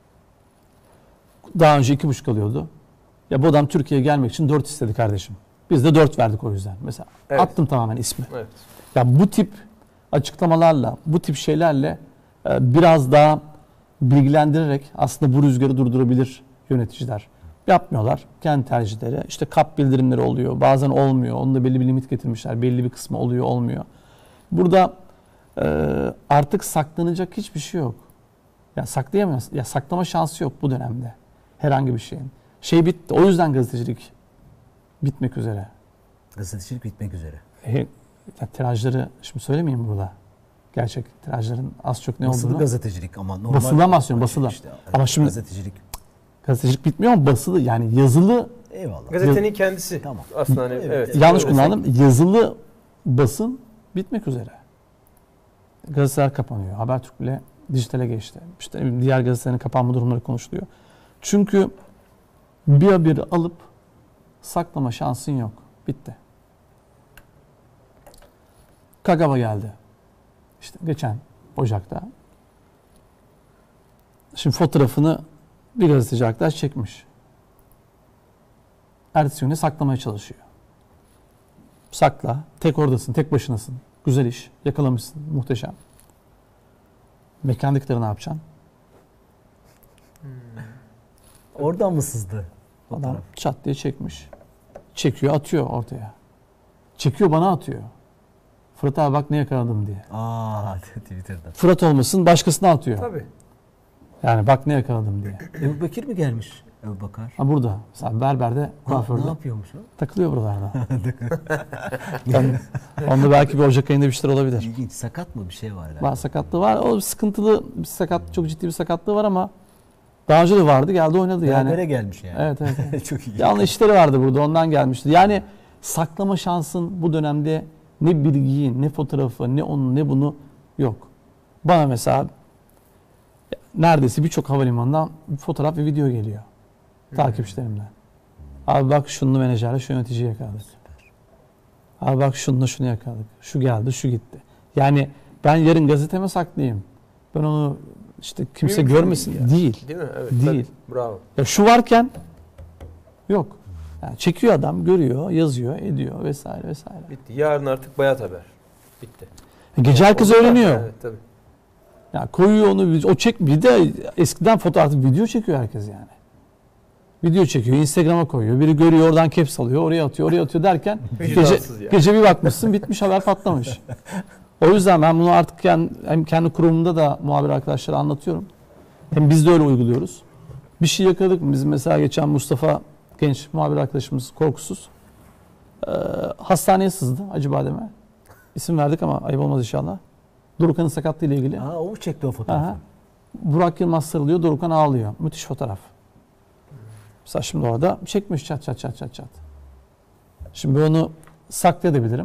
daha önce iki buçuk alıyordu. Ya bu adam Türkiye'ye gelmek için dört istedi kardeşim. Biz de dört verdik o yüzden. Mesela Evet. attım tamamen ismi. Evet. Ya bu tip açıklamalarla, bu tip şeylerle e, biraz daha bilgilendirerek aslında bu rüzgarı durdurabilir yöneticiler. Yapmıyorlar. Kendi tercihleri. İşte kap bildirimleri oluyor. Bazen olmuyor. Onun da belli bir limit getirmişler. Belli bir kısmı oluyor, olmuyor. Burada e, Ee, artık saklanacak hiçbir şey yok. Ya saklayamaz. Ya saklama şansı yok bu dönemde. Herhangi bir şeyin. Şey bitti. O yüzden gazetecilik bitmek üzere. Gazetecilik bitmek üzere. E, ya tirajları şimdi söylemeyeyim burada. Gerçek tirajların az çok ne Basılı olduğunu. gazetecilik ama normal. Basılan bahsediyorum, basılı. İşte, Ama şimdi- gazetecilik. Gazetecilik bitmiyor ama basılı yani yazılı Eyvallah. Gazetenin kendisi. Tamam. Aslında hani Evet, evet. evet. yanlış Öyle kullandım. Yazılı basın bitmek üzere. Gazeteler kapanıyor. Habertürk bile dijitale geçti. İşte diğer gazetelerin kapanma durumları konuşuluyor. Çünkü bir haberi alıp saklama şansın yok. Bitti. Kagawa geldi. İşte geçen Ocak'ta. Şimdi fotoğrafını bir gazeteci arkadaş çekmiş. Ertesi güne saklamaya çalışıyor. Sakla. Tek oradasın. Tek başınasın. Güzel iş. Yakalamışsın. Muhteşem. Mekandakileri ne yapacaksın? Oradan mı sızdı? Adam Fotoğraf. çat diye çekmiş. Çekiyor, atıyor ortaya. Çekiyor, bana atıyor. Fırat abi bak ne yakaladım diye. Aa, Twitter'dan. Fırat olmasın başkasına atıyor. Tabii. Yani bak ne yakaladım diye. Ebu Bekir mi gelmiş? Ebu Bakar. Ha burada. Mesela berberde, Ha, ne kuaförde yapıyormuş o? takılıyor buralarda. Yani onda belki bir Ocak ayında bir şeyler olabilir. İlginç. Sakat mı bir şey var galiba? Var sakatlığı var. O sıkıntılı bir sakat, çok ciddi bir sakatlığı var ama daha önce de vardı. Geldi oynadı yani. Berbere gelmiş yani. Evet evet. Çok iyi. Yanlış işleri vardı burada, ondan gelmişti. Yani saklama şansın bu dönemde ne bilgiyi, ne fotoğrafı, ne onu, ne bunu yok. Bana mesela neredeyse birçok havalimanından fotoğraf ve video geliyor. Takipçilerimden. Abi bak şunu menajerle şu yöneticiyi yakaladık. Abi bak şununla şunu yakaladık. Şu geldi, şu gitti. Yani ben yarın gazeteme saklayayım. Ben onu işte kimse Mümkün görmesin. değil Değil. ya. Değil mi? Evet. Değil. Tabii. Bravo. Ya şu varken yok. Yani çekiyor adam, görüyor, yazıyor, ediyor vesaire vesaire. Bitti. Yarın artık bayat haber. Bitti. Gece herkes O da- öğreniyor. Evet tabii. Ya koyuyor onu, o çek bir de eskiden fotoğraf, video çekiyor herkes yani. Video çekiyor, Instagram'a koyuyor. Biri görüyor, oradan caps alıyor, oraya atıyor, oraya atıyor derken gece, Vicdansız ya. gece bir bakmışsın bitmiş, haber patlamış. O yüzden ben bunu artık yani hem kendi kurumumda da muhabir arkadaşlara anlatıyorum. Hem biz de öyle uyguluyoruz. Bir şey yakaladık mı? Bizim mesela geçen Mustafa genç muhabir arkadaşımız korkusuz. Ee, hastaneye sızdı Acıbadem'e. İsim verdik ama ayıp olmaz inşallah. Dorukhan'ın sakatlığı ile ilgili. Aa, o mu çekti o fotoğrafı? Aha. Burak Yılmaz sarılıyor, Dorukhan ağlıyor. Müthiş fotoğraf. Mesela şimdi orada çekmiş çat çat çat çat çat. Şimdi ben onu saklayabilirim.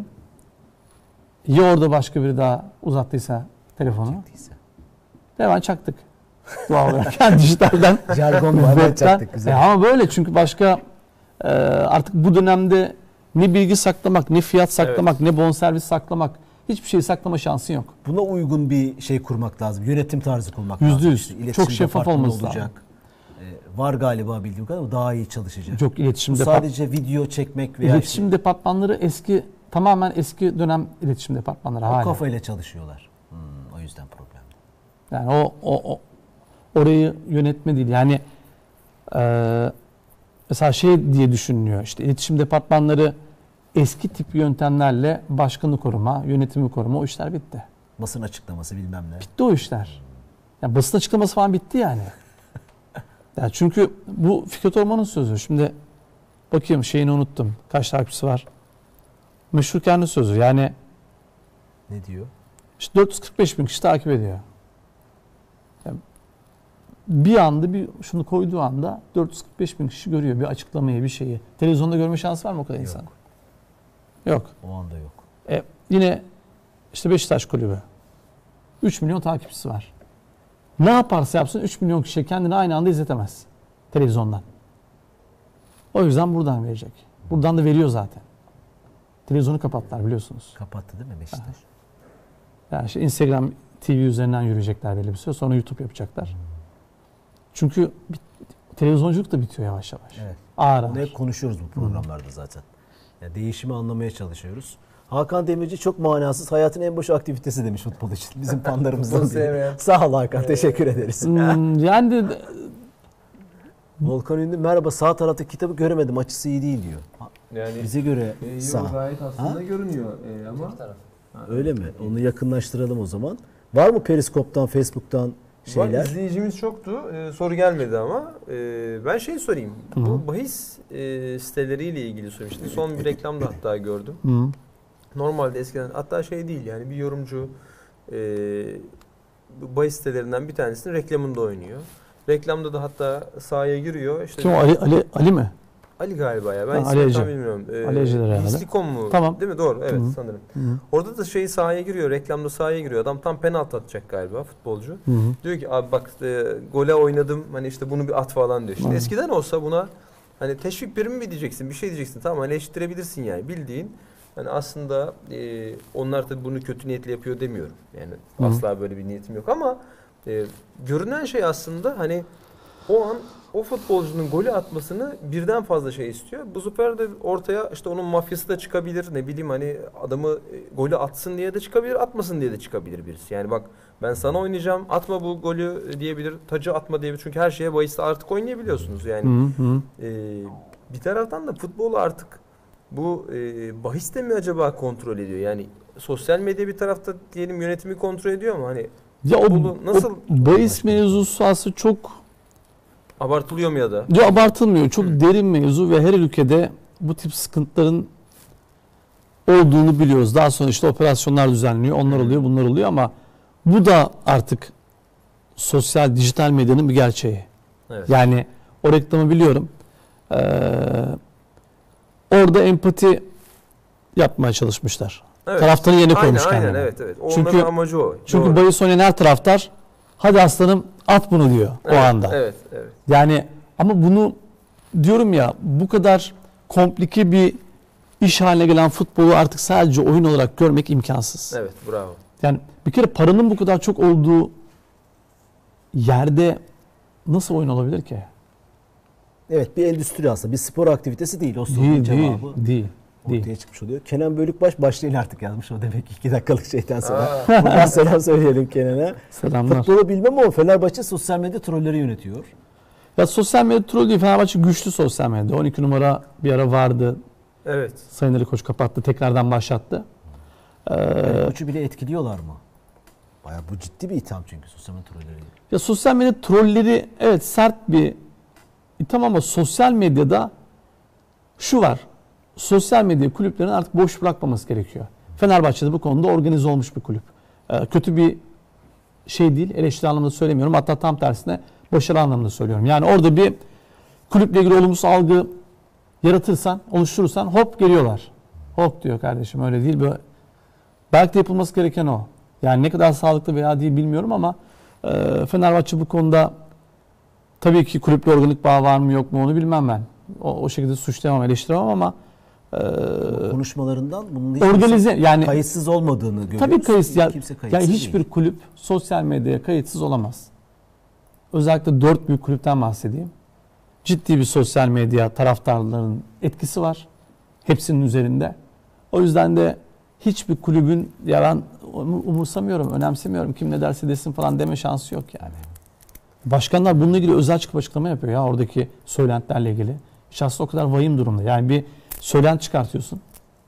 Ya orada başka biri daha uzattıysa telefonu. Çektiyse. Hemen çaktık. Doğal olarak. Yani dijitalden. Jargon var. webten. Çaktık E güzel. ama böyle çünkü başka e, artık bu dönemde ne bilgi saklamak, ne fiyat saklamak, ne bonservis saklamak, hiçbir şey saklama şansın yok. Buna uygun bir şey kurmak lazım. Yönetim tarzı kurmak Yüzde lazım. yüz. İşte Çok iletişimde şeffaf farklı olması olacak. Ee, var galiba bildiğim kadar ama daha iyi çalışacak. Çok iletişim Bu depart- sadece video çekmek veya iletişim işte, departmanları eski, tamamen eski dönem iletişim departmanları o hala. kafayla çalışıyorlar. Hmm, o yüzden problem. Yani o, o, o orayı yönetme değil. Yani e, mesela şey diye düşünülüyor. İşte iletişim departmanları eski tip yöntemlerle başkanı koruma, yönetimi koruma, o işler bitti. Basın açıklaması bilmem ne. Bitti o işler. Yani basın açıklaması falan bitti yani. Yani çünkü bu Fikret Orman'ın sözü. Şimdi bakayım şeyini unuttum. Kaç takipçisi var? Meşhur kendi sözü. Yani Ne diyor? işte dört yüz kırk beş bin kişi takip ediyor. Yani bir anda bir şunu koyduğu anda dört yüz kırk beş bin kişi görüyor bir açıklamayı, bir şeyi. Televizyonda görme şansı var mı o kadar Yok. insan? Yok. O anda yok. E, yine işte Beşiktaş Kulübü. üç milyon takipçisi var. Ne yaparsa yapsın üç milyon kişi kendini aynı anda izletemez. Televizyondan. O yüzden buradan verecek. Buradan da veriyor zaten. Televizyonu kapattılar biliyorsunuz. Kapattı değil mi Beşiktaş? Yani işte Instagram T V üzerinden yürüyecekler belli bir süre. Sonra YouTube yapacaklar. Çünkü bit- televizyonculuk da bitiyor yavaş yavaş. Evet. Ağır Bunu ağır. hep konuşuyoruz bu programlarda zaten. Yani değişimi anlamaya çalışıyoruz. Hakan Demirci çok manasız, hayatın en boş aktivitesi demiş futbol için. Bizim fanlarımızdan Futbolu biri. sevmeyen. Sağ ol Hakan, teşekkür ederiz. Hmm, yani de, Volkan Ünlü merhaba, sağ taraftaki kitabı göremedim, açısı iyi değil diyor. Ha, Yani bize göre e, sağ. yok, gayet aslında Ha? görünüyor e, ama Öyle mi? Onu yakınlaştıralım o zaman. Var mı Periskop'tan, Facebook'tan şeyler? Var, izleyicimiz çoktu. Ee, soru gelmedi ama. Ee, ben şey sorayım. Hı -hı. Bu bahis e, siteleriyle ilgili sorayım. Son bir reklamda hatta gördüm. Hı -hı. Normalde eskiden hatta şey değil yani bir yorumcu e, bahis sitelerinden bir tanesinin reklamında oynuyor. Reklamda da hatta sahaya giriyor. İşte kim o? Ali, Ali, Ali mi? Ali galiba ya. Ben ha, ismini tam bilmiyorum. Ee, Ali Eceler herhalde. Hislikom mu? Tamam. Değil mi? Doğru. Evet, Hı-hı. sanırım. Hı-hı. Orada da şey sahaya giriyor. Reklamda sahaya giriyor. Adam tam penaltı atacak galiba futbolcu. Hı-hı. Diyor ki abi bak e, gole oynadım. Hani işte bunu bir at falan diyor. Şimdi Hı-hı. eskiden olsa buna hani teşvik primi mi diyeceksin? Bir şey diyeceksin. Tamam hani eleştirebilirsin yani. Bildiğin hani aslında e, onlar tabii bunu kötü niyetli yapıyor demiyorum. Yani Hı-hı. asla böyle bir niyetim yok ama e, görünen şey aslında hani o an o futbolcunun golü atmasını birden fazla şey istiyor. Bu sefer de ortaya işte onun mafyası da çıkabilir. Ne bileyim hani adamı golü atsın diye de çıkabilir, atmasın diye de çıkabilir birisi. Yani bak ben sana oynayacağım, atma bu golü diyebilir, tacı atma diyebilir. Çünkü her şeye bahiste artık oynayabiliyorsunuz. Yani hı hı. E, bir taraftan da futbolu artık bu e, bahis de mi acaba kontrol ediyor? Yani sosyal medya bir tarafta diyelim yönetimi kontrol ediyor ama hani ya o, nasıl o bahis mevzusu aslında çok abartılıyor mu ya da? Ya abartılmıyor. Çok Hı. derin mevzu ve her ülkede bu tip sıkıntıların olduğunu biliyoruz. Daha sonra işte operasyonlar düzenleniyor. Onlar oluyor, bunlar oluyor ama bu da artık sosyal, dijital medyanın bir gerçeği. Evet. Yani o reklamı biliyorum. Ee, orada empati yapmaya çalışmışlar. Evet. Taraftarın yerine koymuş aynen, kendini. Aynen evet evet. Çünkü, Onların amacı o. Çünkü bahis oynayan her taraftar hadi aslanım at bunu diyor evet, o anda. Evet, evet. Yani ama bunu diyorum ya bu kadar komplike bir iş haline gelen futbolu artık sadece oyun olarak görmek imkansız. Evet, bravo. Yani bir kere paranın bu kadar çok olduğu yerde nasıl oyun olabilir ki? Evet, bir endüstri aslında, bir spor aktivitesi değil. O sorunun değil, cevabı değil, değil. ortaya değil. çıkmış oluyor. Kenan Bölükbaş başlayın artık yazmış o demek ki iki dakikalık şeyden sonra. Buradan selam söyleyelim Kenan'a. Selamlar. Futbolu bilmem ama Fenerbahçe sosyal medya trolleri yönetiyor. Ya sosyal medya troll değil. Fenerbahçe güçlü sosyal medya. on iki numara bir ara vardı. Evet. Sayın Ali Koç kapattı. Tekrardan başlattı. Ee, yani Koç'u bile etkiliyorlar mı? Bayağı bu ciddi bir itham çünkü sosyal medya trolleri. Ya sosyal medya trolleri evet sert bir itham ama sosyal medyada şu var. Sosyal medya kulüplerin artık boş bırakmaması gerekiyor. Fenerbahçe'de bu konuda organize olmuş bir kulüp. Ee, kötü bir şey değil. Eleştiri anlamında söylemiyorum. Hatta tam tersine başarı anlamında söylüyorum. Yani orada bir kulüple ilgili olumsuz algı yaratırsan, oluşturursan hop geliyorlar. Hop diyor kardeşim öyle değil. Böyle. Belki de yapılması gereken o. Yani ne kadar sağlıklı veya değil bilmiyorum ama e, Fenerbahçe bu konuda tabii ki kulüple organik bağ var mı yok mu onu bilmem ben. O, o şekilde suçlayamam, eleştiremem ama e, konuşmalarından bunun hiç organize yani kayıtsız olmadığını görüyoruz. Tabii kayıtsız. Ya, kimse kayıtsız yani hiçbir değil. Kulüp sosyal medyaya kayıtsız olamaz. Özellikle dört büyük kulüpten bahsedeyim. Ciddi bir sosyal medya taraftarların etkisi var. Hepsinin üzerinde. O yüzden de hiçbir kulübün ya ben umursamıyorum, önemsemiyorum, kim ne derse desin falan deme şansı yok yani. Başkanlar bununla ilgili özel çıkıp açıklama yapıyor ya oradaki söylentilerle ilgili. Şahsen o kadar vahim durumda. Yani bir söylenti çıkartıyorsun.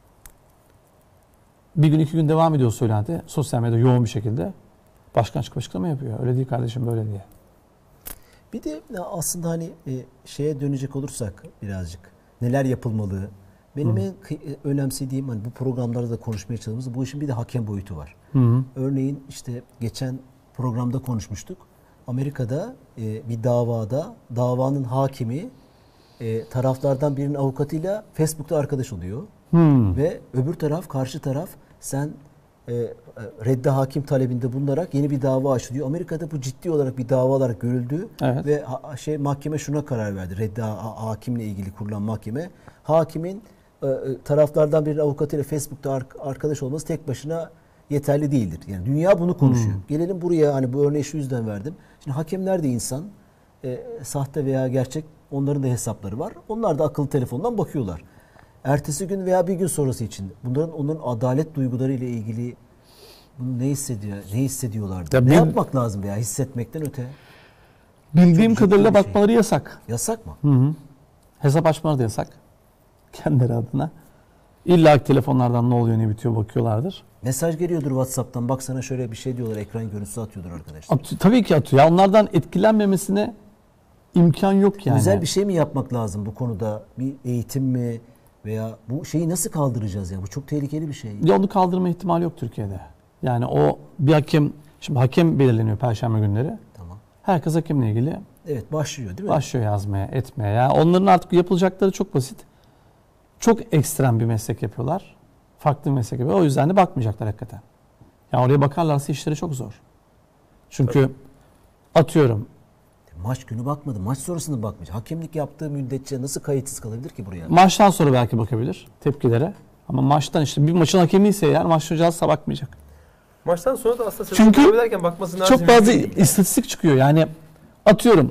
Bir gün iki gün devam ediyor söylenti. Sosyal medyada yoğun bir şekilde. Başkan çıkıp açıklama yapıyor. Öyle değil kardeşim böyle diye. Bir de aslında hani şeye dönecek olursak birazcık neler yapılmalı? Benim Hı. en önemsediğim hani bu programlarda da konuşmaya çalıştığımız bu işin bir de hakem boyutu var. Hı hı. Örneğin işte geçen programda konuşmuştuk. Amerika'da e, bir davada davanın hakimi e, taraflardan birinin avukatıyla Facebook'ta arkadaş oluyor. Hı. Ve öbür taraf, karşı taraf sen e, reddi hakim talebinde bulunarak yeni bir dava açılıyor. Amerika'da bu ciddi olarak bir dava olarak görüldü. Evet. Ve ha, şey mahkeme şuna karar verdi. Reddi ha, hakimle ilgili kurulan mahkeme. Hakimin e, taraflardan birinin avukatıyla Facebook'ta arkadaş olması tek başına yeterli değildir. Yani dünya bunu konuşuyor. Hmm. Gelelim buraya hani bu örneği şu yüzden verdim. Şimdi hakemler de insan. E, sahte veya gerçek onların da hesapları var. Onlar da akıllı telefondan bakıyorlar. Ertesi gün veya bir gün sonrası için bunların onların adalet duyguları ile ilgili bunu ne hissediyor, ne hissediyorlardı? Ya ne bil, yapmak lazım veya hissetmekten öte? Bildiğim kadarıyla şey. bakmaları yasak. Yasak mı? Hı hı. Hesap açmaları da yasak. Kendileri adına. İlla ki telefonlardan ne oluyor ne bitiyor bakıyorlardır. Mesaj geliyordur WhatsApp'tan. Bak sana şöyle bir şey diyorlar. Ekran görüntüsü atıyordur arkadaşlar. At, tabii ki atıyor. Ya onlardan etkilenmemesine imkan yok yani. Özel bir şey mi yapmak lazım bu konuda? Bir eğitim mi? Veya bu şeyi nasıl kaldıracağız ya? Bu çok tehlikeli bir şey. Ya onu kaldırma ihtimali yok Türkiye'de. Yani o bir hakem, şimdi hakem belirleniyor Perşembe günleri. Tamam. Herkes hakemle ilgili Evet, başlıyor değil mi? başlıyor yazmaya, etmeye. Yani onların artık yapılacakları çok basit. Çok ekstrem bir meslek yapıyorlar. Farklı bir meslek yapıyorlar. O yüzden de bakmayacaklar hakikaten. Yani oraya bakarlarsa işleri çok zor. Çünkü atıyorum Maç günü bakmadı. Maç sonrasında bakmayacak. Hakemlik yaptığı müddetçe nasıl kayıtsız kalabilir ki buraya? maçtan sonra belki bakabilir tepkilere. Ama maçtan işte bir maçın hakemi ise eğer maç sonrası bakmayacak. Maçtan sonra da aslında sezon Çünkü devam ederken bakması lazım. çok fazla istatistik çıkıyor. Yani atıyorum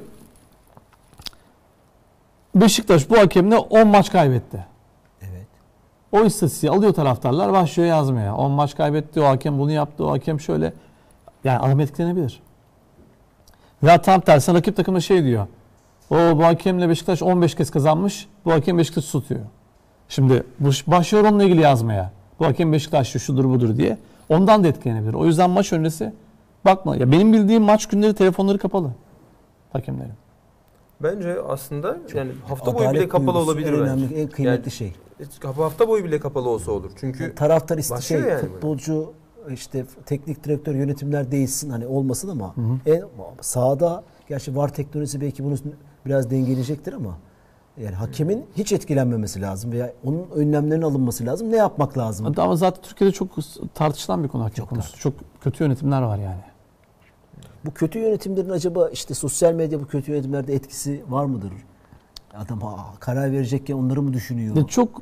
Beşiktaş bu hakemle on maç kaybetti. Evet. O istatistiği alıyor taraftarlar, başlıyor yazmaya. on maç kaybetti, o hakem bunu yaptı, o hakem şöyle. Yani adam etkilenebilir. Veya tam tersine rakip takımda şey diyor. O bu hakemle Beşiktaş on beş kez kazanmış, bu hakem Beşiktaş'ı tutuyor. Şimdi bu başlıyor onunla ilgili yazmaya. Bu hakem Beşiktaş'ı şudur budur diye. Ondan da etkilenebilir. O yüzden maç öncesi bakma. Ya benim bildiğim maç günleri telefonları kapalı hakemlerin. Bence aslında yani hafta boyu Adalet bile kapalı duygusu olabilir en bence. önemli, en kıymetli Yani şey. hafta boyu bile kapalı olsa olur. Çünkü Yani taraftar iste şey, başlıyor yani futbolcu işte teknik direktör, yönetimler değilsin hani olmasın ama en sahada gerçi V A R teknolojisi belki bunu biraz dengeleyecektir ama yani hakemin hiç etkilenmemesi lazım veya onun önlemlerinin alınması lazım. Ne yapmak lazım? Ama zaten Türkiye'de çok tartışılan bir konu hakem Çok konusu. Çok kötü yönetimler var yani. Bu kötü yönetimlerin acaba işte sosyal medya bu kötü yönetimlerde etkisi var mıdır? Adam ha, karar verecekken onları mı düşünüyor? Ya çok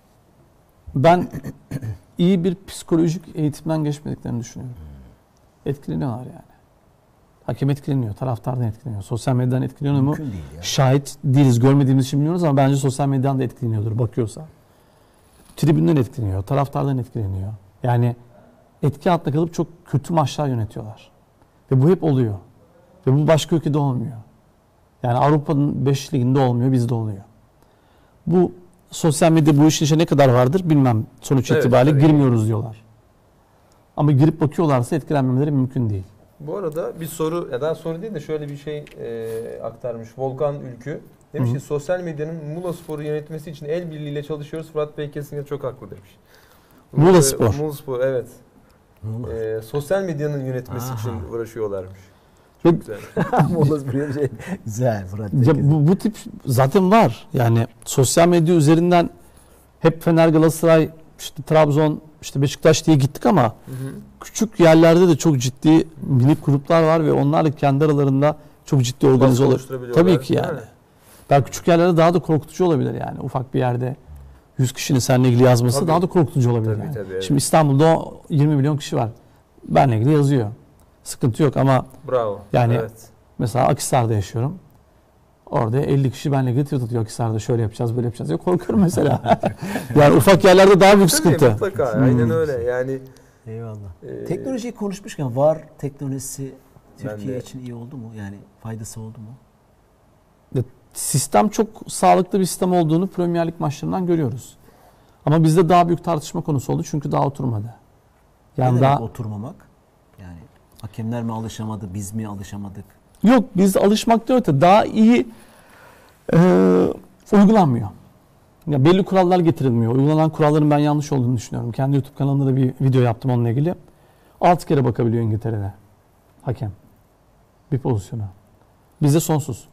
ben iyi bir psikolojik eğitimden geçmediklerini düşünüyorum. Etkileniyorlar yani. Hakem etkileniyor, taraftardan etkileniyor, sosyal medyadan etkileniyor mu? Mümkün değil ya. Şahit değiliz, görmediğimiz için bilmiyoruz ama bence sosyal medyadan da etkileniyordur bakıyorsa. Tribünden etkileniyor, taraftardan etkileniyor. Yani etki altında kalıp çok kötü maçlar yönetiyorlar. Ve bu hep oluyor. Ve bu başka ülkede olmuyor. Yani Avrupa'nın beş liginde olmuyor, bizde oluyor. Bu sosyal medya bu işin içine ne kadar vardır bilmem. Sonuç Evet, itibariyle tabii. girmiyoruz diyorlar. Ama girip bakıyorlarsa etkilenmemeleri mümkün değil. bu arada bir soru ya da soru değil de şöyle bir şey e, aktarmış Volkan Ülkü. Demiş ki sosyal medyanın Muğla Spor'u yönetmesi için el birliğiyle çalışıyoruz. Fırat Bey kesinlikle çok haklı demiş. Muğla E, Spor. Muğla Spor evet. Muğla. E, sosyal medyanın yönetmesi Aha. için uğraşıyorlarmış. Ve Çok güzel. Muğla buraya bir şey. Güzel Fırat. ya bu, bu tip zaten var. Yani sosyal medya üzerinden hep Fener, Galatasaray, işte Trabzon, işte Beşiktaş diye gittik ama Hı hı. küçük yerlerde de çok ciddi minik gruplar var ve onlar da kendi aralarında çok ciddi organize Baskı olur. oluşturabiliyorlar, Tabii ki değil yani. mi? Daha küçük yerlerde daha da korkutucu olabilir yani. Ufak bir yerde yüz kişinin seninle ilgili yazması Tabii. daha da korkutucu olabilir Tabii, yani. tabii, evet. Şimdi İstanbul'da yirmi milyon kişi var. Benle ilgili yazıyor. Sıkıntı yok ama Bravo. Yani- evet. mesela Akhisar'da yaşıyorum. Orada elli kişi benle ilgili tweet atıyor. Akhisar'da şöyle yapacağız, böyle yapacağız diye korkuyorum mesela. Yani ufak yerlerde daha büyük Tabii, sıkıntı. mutlaka. Aynen öyle. Yani Eyvallah. e, Teknolojiyi konuşmuşken V A R teknolojisi Ben Türkiye de- için iyi oldu mu? Yani faydası oldu mu? Sistem çok sağlıklı bir sistem olduğunu Premier Lig maçlarından görüyoruz. Ama bizde daha büyük tartışma konusu oldu çünkü daha oturmadı. Yani ne daha demek oturmamak? Yani hakemler mi alışamadı, biz mi alışamadık? yok biz alışmakta öte daha iyi e, uygulanmıyor. Ya belli kurallar getirilmiyor. Uygulanan kuralların ben yanlış olduğunu düşünüyorum. Kendi YouTube kanalımda da bir video yaptım onunla ilgili. altı kere bakabiliyor İngiltere'de hakem bir pozisyona. Bizde sonsuz.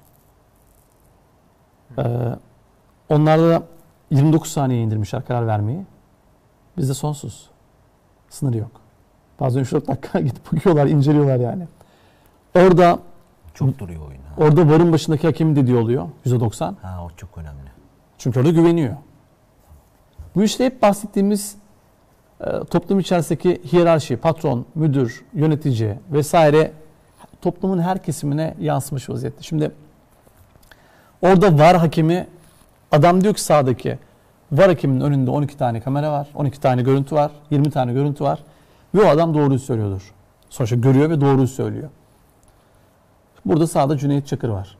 Ee, onlarda da yirmi dokuz saniye indirmişler karar vermeyi. Bizde sonsuz. Sınır yok. Bazen üç dört dakika gidip bakıyorlar, inceliyorlar yani. Orada Çok duruyor oyun. Ha, orada varın başındaki hakemin dediği oluyor. yüzde doksan. ha o çok önemli. Çünkü orada güveniyor. Bu işte hep bahsettiğimiz e, toplum içerisindeki hiyerarşi, patron, müdür, yönetici vesaire toplumun her kesimine yansımış vaziyette. Şimdi orada var hakemi, adam diyor ki sahadaki var hakeminin önünde on iki tane kamera var, on iki tane görüntü var, yirmi tane görüntü var ve o adam doğruyu söylüyordur. Sonuçta görüyor ve doğruyu söylüyor. Burada sahada Cüneyt Çakır var.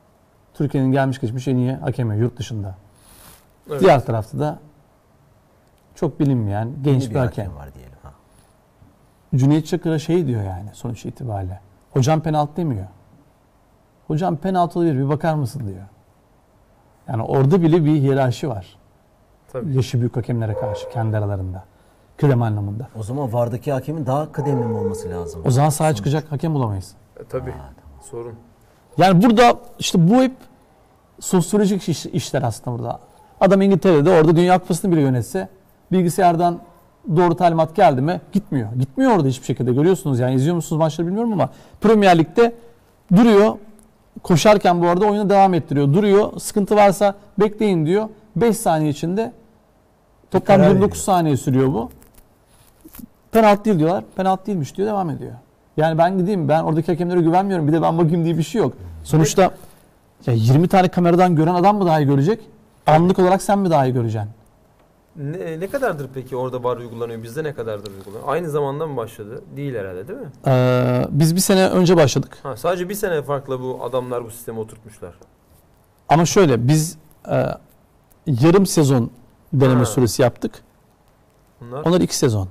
Türkiye'nin gelmiş geçmiş en iyi hakemi yurt dışında. evet. Diğer tarafta da Çok bilinmeyen genç Yeni bir hakem. var diyelim. Ha. Cüneyt Çakır'a şey diyor yani sonuç itibariyle. Hocam penaltı demiyor. Hocam penaltı olabilir, bir bakar mısın diyor. Yani orada bile bir hiyerarşi var. Tabii. Yaşı büyük hakemlere karşı kendi aralarında. Kıdem anlamında. O zaman vardaki hakemin daha kıdemli mi olması lazım? O zaman sahaya çıkacak hakem bulamayız. E, tabii. Ha, tamam. Sorun. Yani burada işte bu hep sosyolojik iş, işler aslında burada. Adam İngiltere'de orada Dünya Kupası'nı bile yönetse bilgisayardan doğru talimat geldi mi gitmiyor. Gitmiyor orada hiçbir şekilde, görüyorsunuz yani, izliyor musunuz maçları bilmiyorum ama Premier Lig'de duruyor. Koşarken bu arada oyunu devam ettiriyor. Duruyor. Sıkıntı varsa bekleyin diyor. beş saniye içinde toplam karar yirmi dokuz veriyor. saniye sürüyor bu. Penaltı değil diyorlar. Penaltı değilmiş diyor, devam ediyor. Yani ben gideyim, ben oradaki hakemlere güvenmiyorum, bir de ben bakayım diye bir şey yok. Sonuçta ya yirmi tane kameradan gören adam mı daha iyi görecek? Anlık olarak sen mi daha iyi göreceksin? Ne, ne kadardır peki orada VAR uygulanıyor? Bizde ne kadardır uygulanıyor? Aynı zamanda mı başladı? Değil herhalde, değil mi? Ee, biz bir sene önce başladık. Ha, sadece bir sene farkla bu adamlar bu sisteme oturtmuşlar. Ama şöyle, biz e, yarım sezon deneme Ha. süresi yaptık. Bunlar Onlar iki sezon.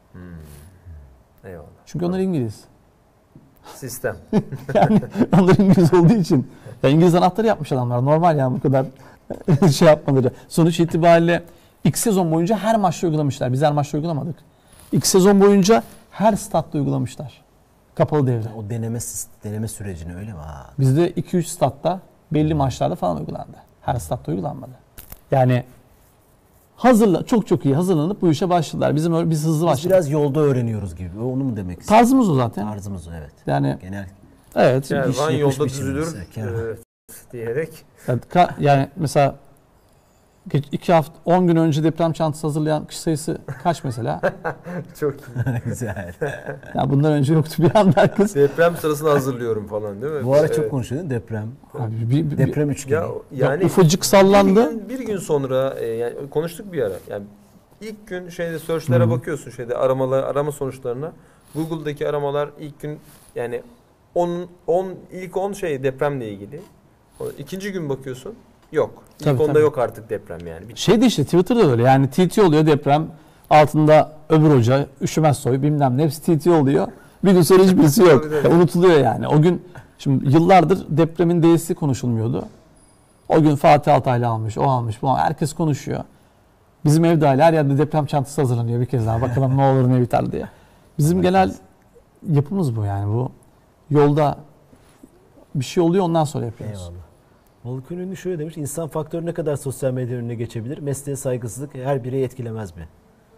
eyvallah. Çünkü onlar İngiliz. Sistem. Yani onlar İngiliz olduğu için. Ya İngiliz anahtarı yapmış adamlar. Normal yani bu kadar şey yapmaları. Sonuç itibariyle ilk sezon boyunca her maçta uygulamışlar. Biz her maçta uygulamadık. İlk sezon boyunca her statta uygulamışlar. Kapalı devre. O deneme deneme sürecini öyle mi? Ha. Bizde iki üç statta belli maçlarda falan uygulandı. Her statta uygulanmadı. Yani hazırla çok çok iyi hazırlanıp bu işe başladılar. Bizim öyle biz hızlı Biz başladık. biraz yolda öğreniyoruz gibi. Onu mu demek istiyorsun? Tarzımız o zaten. Tarzımız o, evet. Yani Genel evet. Yani iş Van yapış yolda biçimimiz, düzülür evet, yani. evet, diyerek. Yani, ka- yani mesela geç- iki hafta on gün önce deprem çantası hazırlayan kişi sayısı kaç mesela? Çok güzel. Ya bundan önce yoktu bir anda herkes. deprem sırasını hazırlıyorum falan değil mi? Bu ara çok Evet. konuşuyor değil mi? Deprem. Abi bir, bir, Deprem üçgeni. Ya yani ufacık bir sallandı. gün, bir gün sonra e, yani konuştuk bir ara. Yani ilk gün şeyde search'lere Hı. bakıyorsun, şeyde aramalar arama sonuçlarına. Google'daki aramalar ilk gün yani on on ilk on şey depremle ilgili. O, İkinci gün bakıyorsun. Yok. İlk Tabii, onda tabii. yok artık deprem yani. Bitti. Şey de işte Twitter'da öyle yani T T oluyor deprem. Altında öbür hoca, üşümez soy bilmem ne hepsi T T oluyor. Bir gün sonra hiçbirisi yok. Tabii, tabii. Ya unutuluyor yani. O gün şimdi yıllardır depremin D'si konuşulmuyordu. O gün Fatih Altaylı almış, o almış, bu almış. Herkes konuşuyor. Bizim evde hala her yerde deprem çantası hazırlanıyor bir kez daha. Bakalım ne olur ne biter diye. Bizim genel yapımız bu yani. Bu yolda bir şey oluyor ondan sonra yapıyoruz. Eyvallah. Volkan Ünlü şöyle demiş. İnsan faktörü ne kadar sosyal medya önüne geçebilir? Mesleğe saygısızlık her bireyi etkilemez mi?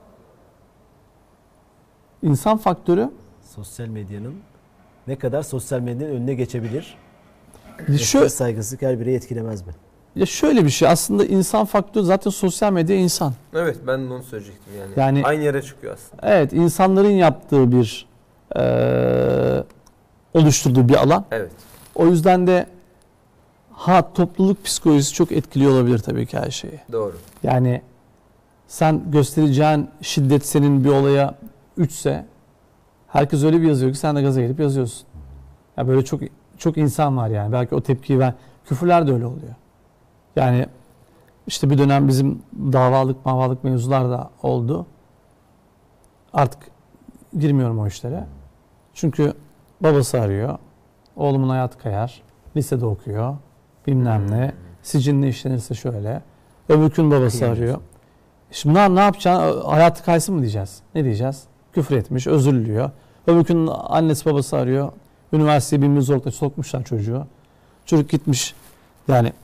İnsan faktörü Sosyal medyanın ne kadar sosyal medyanın önüne geçebilir? şu, Mesleğe saygısızlık her bireyi etkilemez mi? ya şöyle bir şey aslında insan faktörü zaten sosyal medya insan. Evet, ben de onu söyleyecektim yani. Yani- Aynı yere çıkıyor aslında. Evet, insanların yaptığı bir eee oluşturduğu bir alan. Evet. O yüzden de ha topluluk psikolojisi çok etkili olabilir tabii ki her şeyi. Doğru. Yani sen göstereceğin şiddet senin bir olaya üçse herkes öyle bir yazıyor ki sen de gaza gelip yazıyorsun. Ya böyle çok çok insan var yani. Belki o tepkiyi ben küfürler de öyle oluyor. Yani işte bir dönem bizim davalık mavalık mevzular da oldu. Artık girmiyorum o işlere. Çünkü babası arıyor. Oğlumun hayatı kayar. Lisede okuyor. Bilmem ne. Sicinle işlenirse şöyle. Öbür gün babası Kıyamıyorsun. arıyor. Şimdi ne, ne yapacaksın? Hayatı kaysın mı diyeceğiz? Ne diyeceğiz? Küfür etmiş, özür diliyor. Öbür gün annesi babası arıyor. Üniversiteye bin bir zorlukla sokmuşlar çocuğu. Çocuk gitmiş yani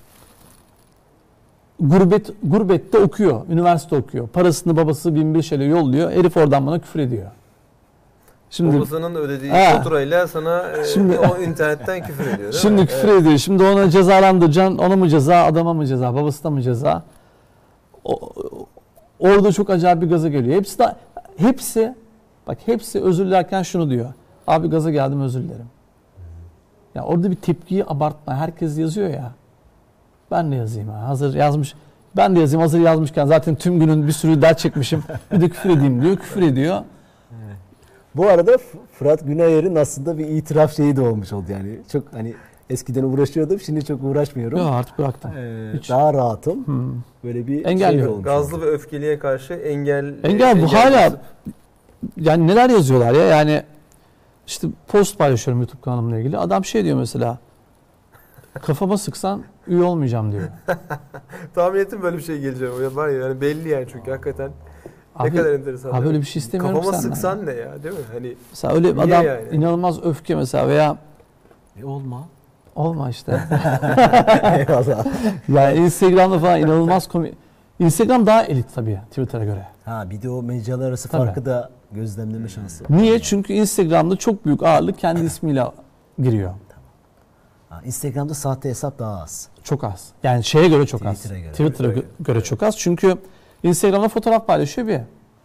gurbet gurbette okuyor. Üniversite okuyor. Parasını babası bin bir şeyle yolluyor. Herif oradan bana küfür ediyor. Şimdi Babasının ödediği Ha. faturayla sana e, Şimdi- o internetten küfür ediyor değil Şimdi mi? küfür Evet. ediyor. Şimdi ona cezalandıracaksın. Ona mı ceza, adama mı ceza, babasına mı ceza? O, orada çok acayip bir gaza geliyor. Hepsi de, hepsi bak hepsi özür dilerken şunu diyor. Abi gaza geldim özür dilerim. Ya orada bir tepkiyi abartma. Herkes yazıyor ya. Ben de yazayım ha. Hazır yazmış. Ben de yazayım hazır yazmışken zaten tüm günün bir sürü dert çekmişim. Bir de küfür edeyim diyor. Küfür ediyor. Bu arada F- Fırat Günayer'in aslında bir itiraf şeyi de olmuş oldu yani. Çok hani Eskiden uğraşıyordum, şimdi çok uğraşmıyorum. Yok artık bıraktım. Ee, Hiç. daha rahatım. Hmm. Böyle bir Engelliyor. şey olmuş. Gazlı ve öfkeliye karşı engel Engel bu engel hala basıp- yani neler yazıyorlar ya yani işte post paylaşıyorum YouTube kanalımla ilgili. Adam şey diyor mesela kafama sıksan üye olmayacağım diyor. Tahmin ettim böyle bir şey geleceği. O var ya yani belli yani çünkü hakikaten Abi, ne kadar enteresan. abi öyle bir şey istemiyorum Kafama ki senden sıksan ya. ne ya değil mi? Hani Mesela öyle Niye adam yani? inanılmaz öfke mesela veya E, olma. olma işte. Eyvallah. Yani Instagram'da falan inanılmaz komik. Instagram daha elit tabii Twitter'a göre. Ha bir de o mecralar arası Tabii. farkı da gözlemleme şansı. Niye? Çünkü Instagram'da çok büyük ağırlık kendi ismiyle giriyor. Ha, Instagram'da sahte hesap daha az. Çok az. Yani şeye göre çok az. Twitter'a göre. Twitter'a gö- Twitter'a göre çok az. Çünkü Instagram'da fotoğraf paylaşıyor bir.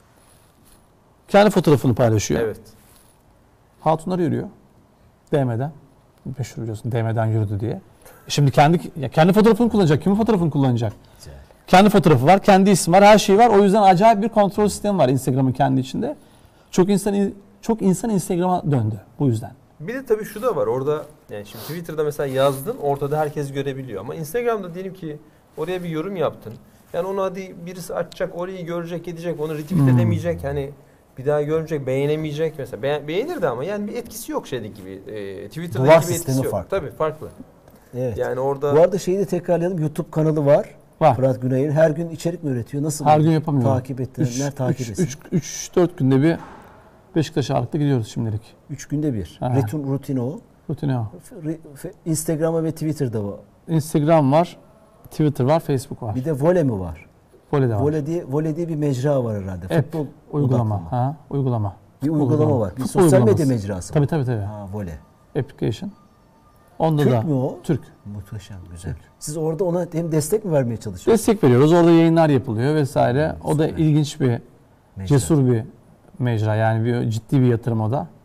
Kendi fotoğrafını paylaşıyor. evet. Hatunlar yürüyor. D M'den. Meşhur biliyorsun D M'den yürüdü diye. Şimdi kendi ya kendi fotoğrafını kullanacak. Kimin fotoğrafını kullanacak? Güzel. Kendi fotoğrafı var, kendi ismi var, her şey var. O yüzden acayip bir kontrol sistemi var Instagram'ın kendi içinde. Çok insan çok insan Instagram'a döndü bu yüzden. Bir de tabii şu da var orada yani şimdi Twitter'da mesela yazdın ortada herkes görebiliyor ama Instagram'da diyelim ki oraya bir yorum yaptın. Yani onu hadi birisi açacak orayı görecek edecek onu retweet Hmm. edemeyecek hani bir daha görmeyecek beğenemeyecek mesela Beğen, beğenir de ama yani bir etkisi yok şeydeki gibi e, Twitter'daki Duvar gibi sistemi etkisi yok. farklı. Tabii farklı. Evet. Yani orada Bu arada şeyi de tekrarlayalım. YouTube kanalı var. Var. Fırat Günay'ın her gün içerik mi üretiyor? Nasıl? Her bu? gün yapamıyorum. Takip ettirenler takip etsin. üç dört günde bir Beşiktaş ağırlıklı gidiyoruz şimdilik. üç günde bir. Ha. Rutin, rutin o. Rutine o. F- f- Instagram'a ve Twitter'da var. Instagram var, Twitter var, Facebook var. Bir de Vole mi var? Voley de var. Vole diye, Vole diye bir mecra var herhalde. App, Futbol uygulama. odaklı mı? Ha, uygulama. Bir uygulama var. Bir Futbol sosyal medya uygulaması. mecrası var. Tabii tabii tabii. Ha, Vole. Application. Onda Türk da mü o? Türk. Muhteşem, güzel. Siz orada ona hem destek mi vermeye çalışıyorsunuz? Destek veriyoruz. Orada yayınlar yapılıyor vesaire. O da ilginç bir, Mecra. cesur bir mecra. Yani bir ciddi bir yatırım o da.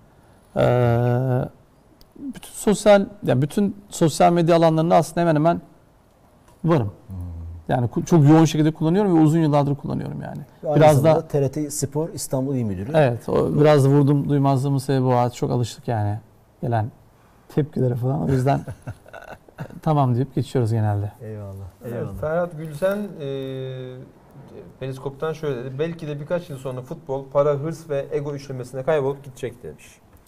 Ee, bütün sosyal ya bütün sosyal medya alanlarında aslında hemen hemen varım. Hmm. Yani ku- çok yoğun şekilde kullanıyorum ve uzun yıllardır kullanıyorum yani. Ve aynı Biraz zamanda da T R T Spor İstanbul İl Müdürü. evet, o biraz da vurdum duymazlığımın sebebi o. Artık çok alıştık yani gelen tepkilere falan. O yüzden tamam deyip geçiyoruz genelde. Eyvallah. Evet, Eyvallah. Ferhat Gülsen e, Periskop'tan şöyle dedi. Belki de birkaç yıl sonra futbol para, hırs ve ego üçlemesine kaybolup gidecek demiş.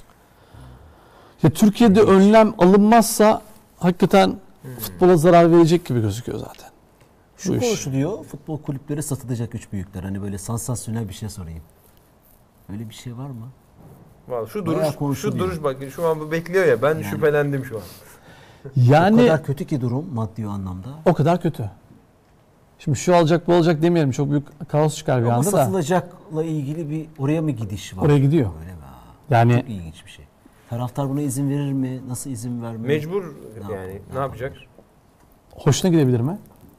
Ya Türkiye'de önlem alınmazsa hakikaten futbola zarar verecek gibi gözüküyor zaten. Şu Bu iş. konuşuluyor. Futbol kulüpleri satılacak üç büyükler. Hani böyle sansasyonel bir şey sorayım. Öyle bir şey var mı? Vallahi şu Bayağı duruş, şu konuşuluyor. duruş bak şu an bu bekliyor ya ben Yani- şüphelendim şu an. O Yani kadar kötü ki durum maddi anlamda. o kadar kötü. Şimdi şu olacak bu olacak demeyelim. Çok büyük kaos çıkar bir Ama anda da. satılacakla ilgili bir oraya mı gidiş var? Oraya gidiyor. Öyle mi? Ha, Yani Çok ilginç bir şey. Taraftar buna izin verir mi? Nasıl izin vermez? Mecbur Ne yani yapalım, ne yapacak? hoşuna gidebilir mi?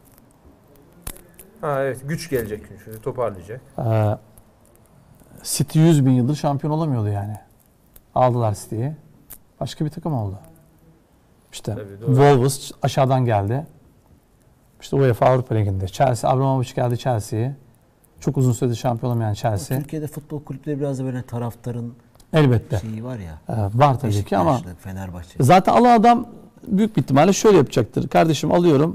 Ha evet güç gelecek çünkü toparlayacak. Ee, City yüz bin yıldır şampiyon olamıyordu yani. Aldılar City'yi. Başka bir takım oldu. İşte Tabii, doğru. Wolves aşağıdan geldi. İşte UEFA Avrupa Ligi'nde. Chelsea, Abramovich geldi Chelsea'ye. Çok uzun süredir şampiyon olamayan Chelsea. Türkiye'de futbol kulüpleri biraz da böyle taraftarın Elbette. şeyi var ya. Ee, var tabii ki ama Beşiktaşlı, Fenerbahçe. zaten alan adam büyük bir ihtimalle şöyle yapacaktır. Kardeşim alıyorum.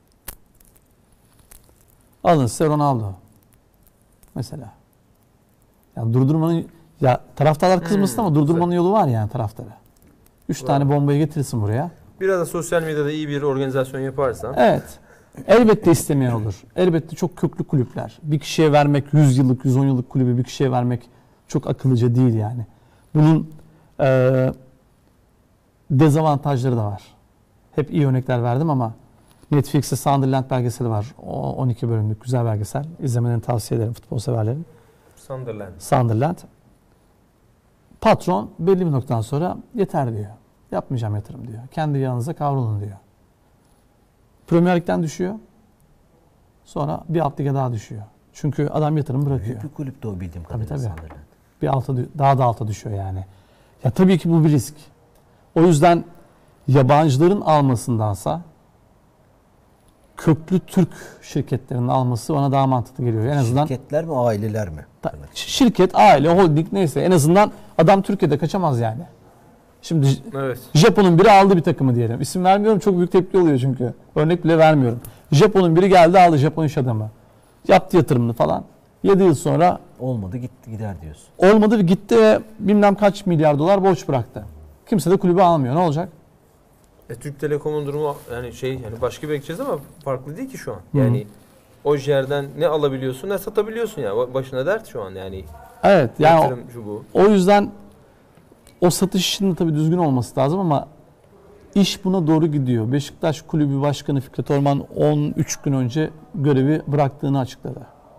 Alın size Ronaldo. Mesela. Yani durdurmanın ya taraftarlar kızmasın Hmm, ama durdurmanın yolu var yani taraftarı. Üç Var. tane bombayı getirsin buraya. Biraz da sosyal medyada iyi bir organizasyon yaparsan. Evet. Elbette istemeyen olur. Elbette çok köklü kulüpler. Bir kişiye vermek yüz yıllık, yüz on yıllık kulübü bir kişiye vermek çok akıllıca değil yani. Bunun eee dezavantajları da var. Hep iyi örnekler verdim ama Netflix'te Sunderland belgeseli var. O on iki bölümlük güzel belgesel. İzlemelerini tavsiye ederim futbol severlerin. Sunderland. Sunderland. Patron belli bir noktadan sonra yeter diyor. Yapmayacağım yatırım diyor. Kendi yanınıza kavrulun diyor. Premier Lig'den düşüyor. Sonra bir alt lige daha düşüyor. Çünkü adam yatırım bırakıyor. Büyük bir kulüpte o bildiğim Tabii, kadarıyla. tabii. Sunderland. Bir alta daha da alta düşüyor yani. Ya tabii ki bu bir risk. O yüzden yabancıların almasındansa köklü Türk şirketlerinin alması bana daha mantıklı geliyor. En azından Şirketler mi aileler mi? ta- şirket, aile, holding neyse en azından adam Türkiye'de kaçamaz yani. Şimdi Evet. Japon'un biri aldı bir takımı diyelim. İsim vermiyorum, çok büyük tepki oluyor çünkü. Örnek bile vermiyorum. Japon'un biri geldi aldı, Japon iş adamı. Yaptı yatırımını falan. yedi yıl sonra Olmadı gitti gider diyorsun. olmadı ve gitti ve bilmem kaç milyar dolar borç bıraktı. Kimse de kulübü almıyor. Ne olacak? E, Türk Telekom'un durumu yani şey yani başka bir bakacağız ama farklı değil ki şu an. Yani o yerden ne alabiliyorsun ne satabiliyorsun ya. Başına dert şu an yani. Evet. Yani Yatırım şu bu. o, o yüzden o satış işinin tabii düzgün olması lazım ama iş buna doğru gidiyor. Beşiktaş Kulübü Başkanı Fikret Orman on üç gün önce görevi bıraktığını açıkladı.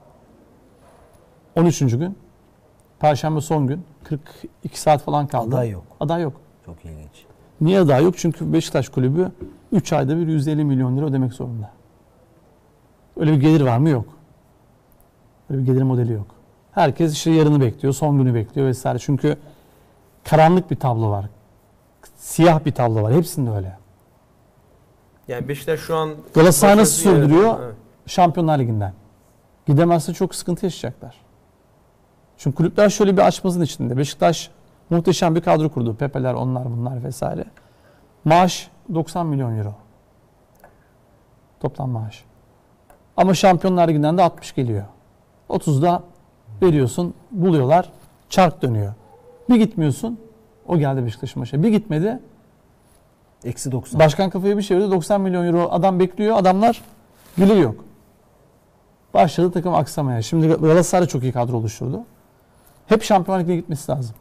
on üçüncü gün. Perşembe son gün. kırk iki saat falan kaldı. Aday yok. Aday yok. Çok ilginç. Niye aday yok? Çünkü Beşiktaş Kulübü üç ayda bir yüz elli milyon lira ödemek zorunda. Öyle bir gelir var mı? Yok. Öyle bir gelir modeli yok. Herkes işte yarını bekliyor, son günü bekliyor vesaire. Çünkü karanlık bir tablo var. Siyah bir tablo var. Hepsinde öyle. Yani Beşiktaş şu an Galatasaray nasıl başarılı sürdürüyor? yerde. Evet. Şampiyonlar Ligi'nden. Gidemezse çok sıkıntı yaşayacaklar. Çünkü kulüpler şöyle bir açmazın içinde. Beşiktaş muhteşem bir kadro kurdu. Pepe'ler, onlar bunlar vesaire. Maaş doksan milyon euro. Toplam maaş. Ama Şampiyonlar Ligi'nden de altmış geliyor. otuzda veriyorsun, buluyorlar, çark dönüyor. Bir gitmiyorsun, o geldi Beşiktaş'ın başına. Bir gitmedi, Eksi doksan. başkan kafayı bir çevirdi, doksan milyon euro adam bekliyor, adamlar gelir yok. Başladı takım aksamaya. Şimdi Galatasaray çok iyi kadro oluşturdu. Hep Şampiyonlar Ligi'ne gitmesi lazım.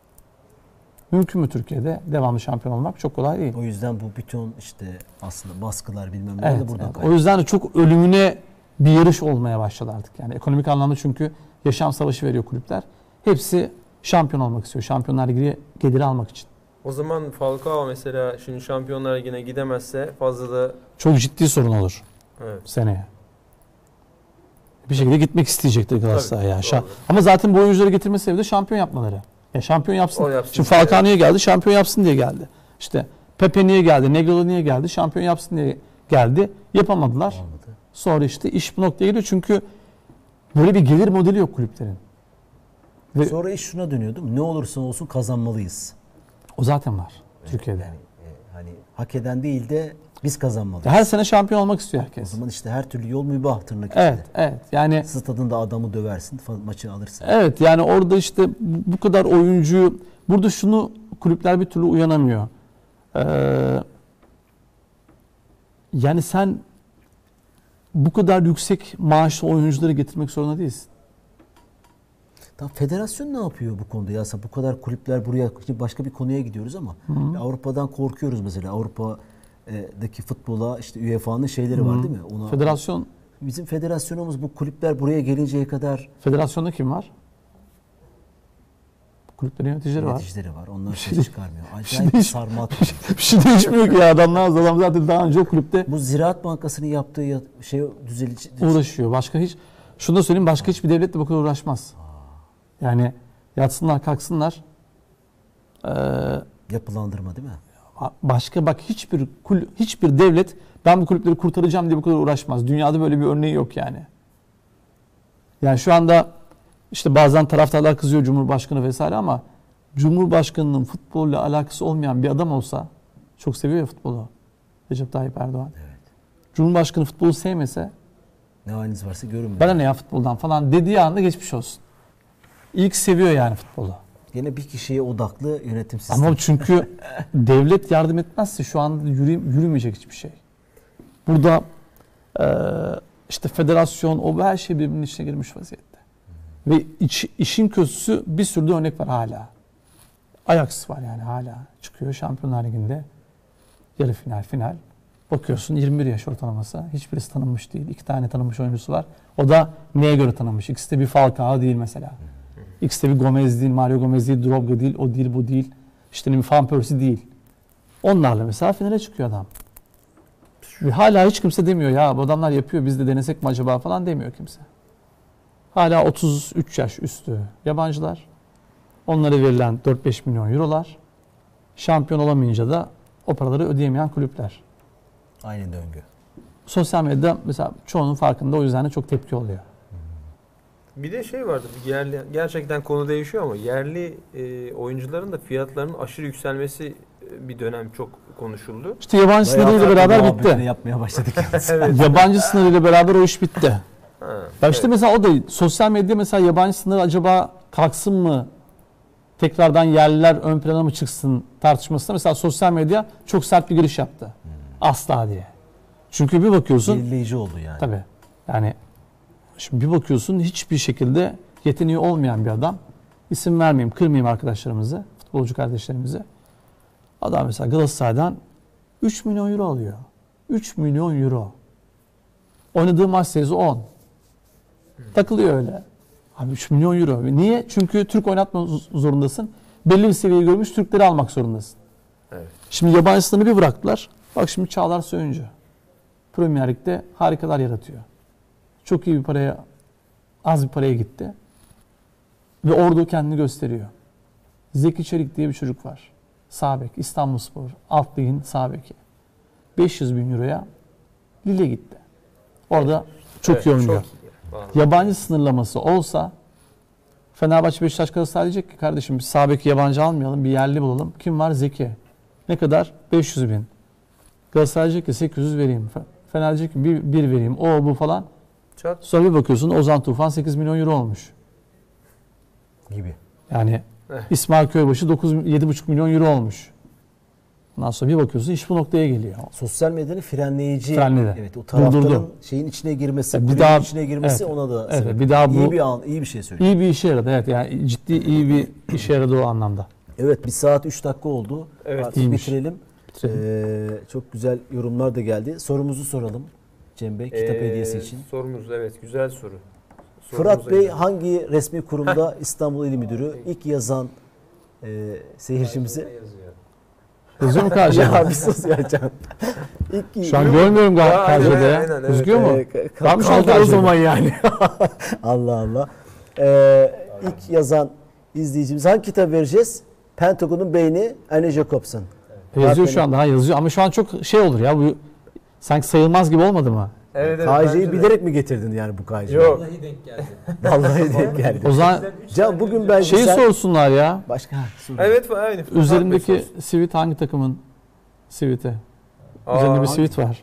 Mümkün mü Türkiye'de devamlı şampiyon olmak? Çok kolay değil. O yüzden bu bütün işte aslında baskılar bilmem ne Evet, de buradan evet. O kaynaklı. yüzden de çok ölümüne bir yarış olmaya başladı artık. Yani ekonomik anlamda çünkü yaşam savaşı veriyor kulüpler. Hepsi şampiyon olmak istiyor. Şampiyonlar Ligi geliri almak için. O zaman Falcao mesela şimdi Şampiyonlar Ligi'ne gidemezse fazla da Çok ciddi sorun olur evet. seneye. Bir şekilde gitmek isteyecektir Galatasaray Tabii, ya. Şa- doğru. Ama zaten bu oyuncuları getirme sebebi de şampiyon yapmaları. Ya şampiyon yapsın. O yapsın Şimdi diye. Falcao niye geldi? Şampiyon yapsın diye geldi. İşte Pepe niye geldi? Negredo niye geldi? Şampiyon yapsın diye geldi. Yapamadılar. Olmadı. Sonra işte iş bu noktaya geliyor çünkü böyle bir gelir modeli yok kulüplerin. Ve Sonra iş şuna dönüyor değil mi? Ne olursa olsun kazanmalıyız. o zaten var Türkiye'de. Yani e, hani hak eden değil de biz kazanmalıyız. Her sene şampiyon olmak istiyor O herkes. zaman işte her türlü yol mübah tırnak Evet, içinde. evet. Yani Stadında adamı döversin, fa- maçı alırsın. evet yani orada işte bu bu kadar oyuncu, burada şunu kulüpler bir türlü uyanamıyor. Ee, yani sen bu kadar yüksek maaşlı oyuncuları getirmek zorunda değilsin. Tamam, federasyon ne yapıyor bu konuda ya? Bu kadar kulüpler buraya, şimdi başka bir konuya gidiyoruz ama Avrupa'dan korkuyoruz mesela. Avrupa'daki futbola işte U E F A'nın şeyleri var değil mi? Ona, Federasyon, bizim federasyonumuz bu kulüpler buraya gelinceye kadar federasyonda kim var? Kulüplerin yöneticileri var. yöneticileri var. Onlar şey ses çıkarmıyor. şey Acayip bir değiş- sarmat. Bir şey değişmiyor ki ya adamlar. Adam zaten daha önce o kulüpte Bu Ziraat Bankası'nın yaptığı ya- şey düzelici uğraşıyor. Başka hiç, şunu da söyleyeyim, başka hiçbir devlet de bu kadar uğraşmaz. Yani yatsınlar kalksınlar. Ee, yapılandırma değil mi? başka bak hiçbir kul, hiçbir devlet ben bu kulüpleri kurtaracağım diye bu kadar uğraşmaz. Dünyada böyle bir örneği yok yani. Yani şu anda işte bazen taraftarlar kızıyor Cumhurbaşkanı vesaire ama Cumhurbaşkanının futbolla alakası olmayan bir adam olsa, çok seviyor ya futbolu Recep Tayyip Erdoğan. Evet. Cumhurbaşkanı futbolu sevmese, Ne haliniz varsa görün. bana ne ya futboldan falan dediği anda geçmiş olsun. İlk seviyor yani futbolu. Gene bir kişiye odaklı yönetim sistemi. Ama çünkü devlet yardım etmezse şu anda yürü, yürümeyecek hiçbir şey. Burada e, işte federasyon, o her şey birbirinin içine girmiş vaziyette. Ve iç, işin kötüsü bir sürü de örnek var hala. Ajax var yani hala. Çıkıyor Şampiyonlar Ligi'nde yarı final, final. Bakıyorsun yirmi bir yaş ortalaması. Hiçbirisi tanınmış değil. İki tane tanınmış oyuncusu var. O da neye göre tanınmış? İkisi de bir Falcao değil mesela. İkisi de bir Gomez değil, Mario Gomez değil, Drogba değil, o değil, bu değil. İşte bir Van Persie değil. Onlarla mesela finale çıkıyor adam. Ve hala hiç kimse demiyor ya bu adamlar yapıyor biz de denesek mi acaba falan demiyor kimse. Hala otuz üç yaş üstü yabancılar. Onlara verilen dört beş milyon eurolar. Şampiyon olamayınca da o paraları ödeyemeyen kulüpler. Aynı döngü. Sosyal medyada mesela çoğunun farkında, o yüzden de çok tepki oluyor. Bir de şey vardı. Bir yerli, gerçekten konu değişiyor ama yerli e, oyuncuların da fiyatlarının aşırı yükselmesi e, bir dönem çok konuşuldu. İşte yabancı sınırıyla beraber bitti. Yapmaya başladık. Evet. Yabancı sınırıyla beraber o iş bitti. Ha, Ya işte evet. mesela o da sosyal medya mesela yabancı sınır acaba kalksın mı? Tekrardan yerliler ön plana mı çıksın tartışmasında mesela sosyal medya çok sert bir giriş yaptı. Hmm. Asla diye. Çünkü bir bakıyorsun. Belirleyici oldu yani. Tabii. Yani şimdi bir bakıyorsun hiçbir şekilde yeteneği olmayan bir adam. İsim vermeyeyim, kırmayayım arkadaşlarımızı, futbolcu kardeşlerimizi. Adam mesela Galatasaray'dan üç milyon euro alıyor. üç milyon euro. Oynadığı maç sayısı on. Takılıyor öyle. Abi üç milyon euro. Niye? Çünkü Türk oynatma zorundasın. Belli bir seviyeyi görmüş Türkleri almak zorundasın. Evet. Şimdi yabancı sınırı bir bıraktılar. Bak şimdi Çağlar Söyüncü. Premier Lig'de harikalar yaratıyor. Çok iyi bir paraya, az bir paraya gitti. Ve orada kendini gösteriyor. Zeki Çelik diye bir çocuk var. Sağ bek, İstanbulspor, alt ligin sağ beki. beş yüz bin euroya Lille gitti. Orada çok Evet, iyi oynuyor. çok iyi. Vallahi. Yabancı sınırlaması olsa Fenerbahçe, Beşiktaş, Galatasaray diyecek ki kardeşim biz sağ beki yabancı almayalım, bir yerli bulalım. Kim var? Zeki. Ne kadar? beş yüz bin. Galatasaray diyecek ki sekiz yüz vereyim. Fener diyecek ki bir, bir vereyim. O bu falan. Çat. Sonra bir bakıyorsun Ozan Tufan sekiz milyon euro olmuş. Gibi. Yani Eh. İsmail Köybaşı dokuz yedi buçuk milyon euro olmuş. Ondan sonra bir bakıyorsun iş bu noktaya geliyor. Sosyal medyanın frenleyici. Frenledi. Evet, o taraftarın Durdurdu. şeyin içine girmesi, Bir kulübün daha- içine girmesi evet, ona da evet, sebep. bir daha iyi bu- bir an, iyi bir şey söylüyor. İyi bir işe yaradı evet yani ciddi iyi bir işe yaradı o anlamda. Evet, bir saat üç dakika oldu. Evet, Artık iyiymiş. bitirelim. Bitirelim. Ee, çok güzel yorumlar da geldi. Sorumuzu soralım Cem Bey, kitap Ee, hediyesi için. Sorumuz evet güzel soru. Fırat Sorumuza Bey gidelim. hangi resmi kurumda İstanbul İl Müdürü? İlk yazan e, seyircimizi. Yazıyor mu karşıda? Ya bir sus ya Can. İlk Şu an görmüyorum Ya, gal- karşıda aynen, ya. aynen, evet. Gözüküyor mu? Ee, ka- Var mı şu an kaldır o karşıda? zaman yani. Allah Allah. Ee, ilk yazan izleyicimiz hangi kitap vereceğiz? Pentagon'un beyni Anne Jacobson. Yazıyor şu anda ha yazıyor ama şu an çok şey olur ya bu sanki sayılmaz gibi olmadı mı? Evet, evet, K J'yi bence de. bilerek mi getirdin yani bu K J'yi? Yok. Vallahi denk geldi. Vallahi denk geldi. O zaman Can bugün bence şeyi sen... sorsunlar ya. Başka. Ha, sor. Evet aynı. Fırat Bey Üzerimdeki sorsun. sivit hangi takımın siviti? Aa, Üzerinde bir sivit var.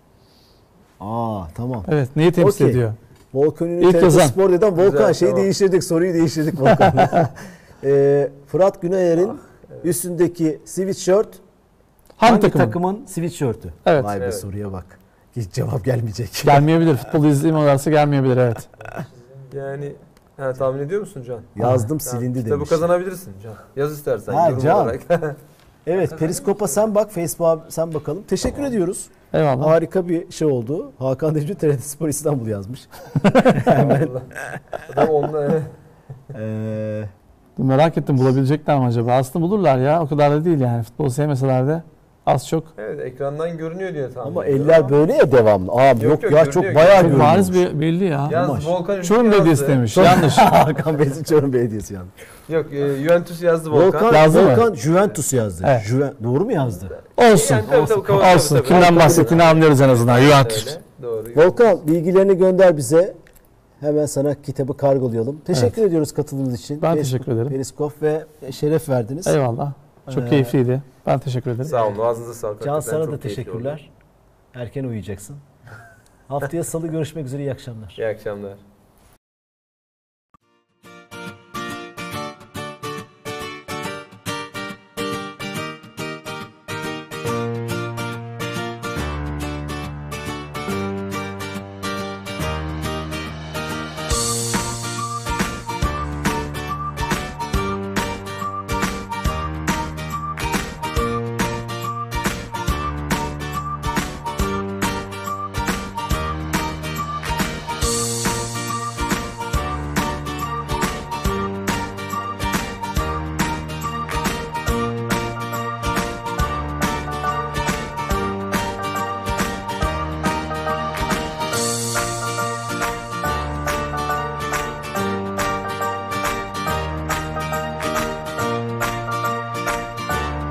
Aa tamam. Evet neyi temsil Okey. ediyor? Volkan İlk Ünlü yazan. Spor dedim. Volkan Güzel, şeyi tamam. değiştirdik. Soruyu değiştirdik Volkan. ee, Fırat Günayer'in üstündeki sweatshirt Hangi, hangi takımın? takımın sweatshirt'ü? Evet. Vay be Evet. soruya bak. Hiç cevap gelmeyecek. Gelmeyebilir. Futbolu izlemiyorlarsa gelmeyebilir evet. Yani ha, tahmin ediyor musun Can? Yazdım Tamam, silindi kitabı demiş. kazanabilirsin Can. Yaz istersen. Ha, yorum Can. olarak. Evet Periskop'a sen bak, Facebook'a sen bakalım. Teşekkür ediyoruz. Eyvallah. Harika bir şey oldu. Hakan Deci T R T Spor İstanbul yazmış. Allah. Adam onunla Ee, Merak ettim bulabilecekler mi acaba? Aslında bulurlar ya. O kadar da değil yani. Futbol sevmeseler de az çok. evet ekrandan görünüyor diye tahmin ama ediyorum eller böyle ya devamlı. Abi yok, Yok, yok, ya görünüyor, çok görünüyor. bayağı Çok görünüyor. bariz bir, belli ya. Yaz Maş. Volkan Ünlü Çorum yazdı. Belediyesi demiş. Yanlış. Hakan Bey'in Çorum Belediyesi yazdı. Yok e, Juventus yazdı Volkan. Volkan, Yazdı mı? Volkan Juventus yazdı. Evet. Juven, doğru mu yazdı? Olsun. Yani tabii, tabii, tabii, Olsun. tabii. Kimden bahsettiğini anlıyoruz en azından. Juventus. Öyle, Doğru. Volkan bilgilerini gönder bize. Hemen sana kitabı kargolayalım. Teşekkür ediyoruz katıldığınız için. Ben Peris- teşekkür ederim. Periskop ve şeref verdiniz. Eyvallah. Çok Ee, keyifliydi. Ben teşekkür ederim. Sağ olun. Ağzınıza sağlık. Can Hakikaten sana çok da keyifli teşekkürler. Erken uyuyacaksın. Haftaya salı görüşmek üzere. İyi akşamlar. oldu. İyi akşamlar.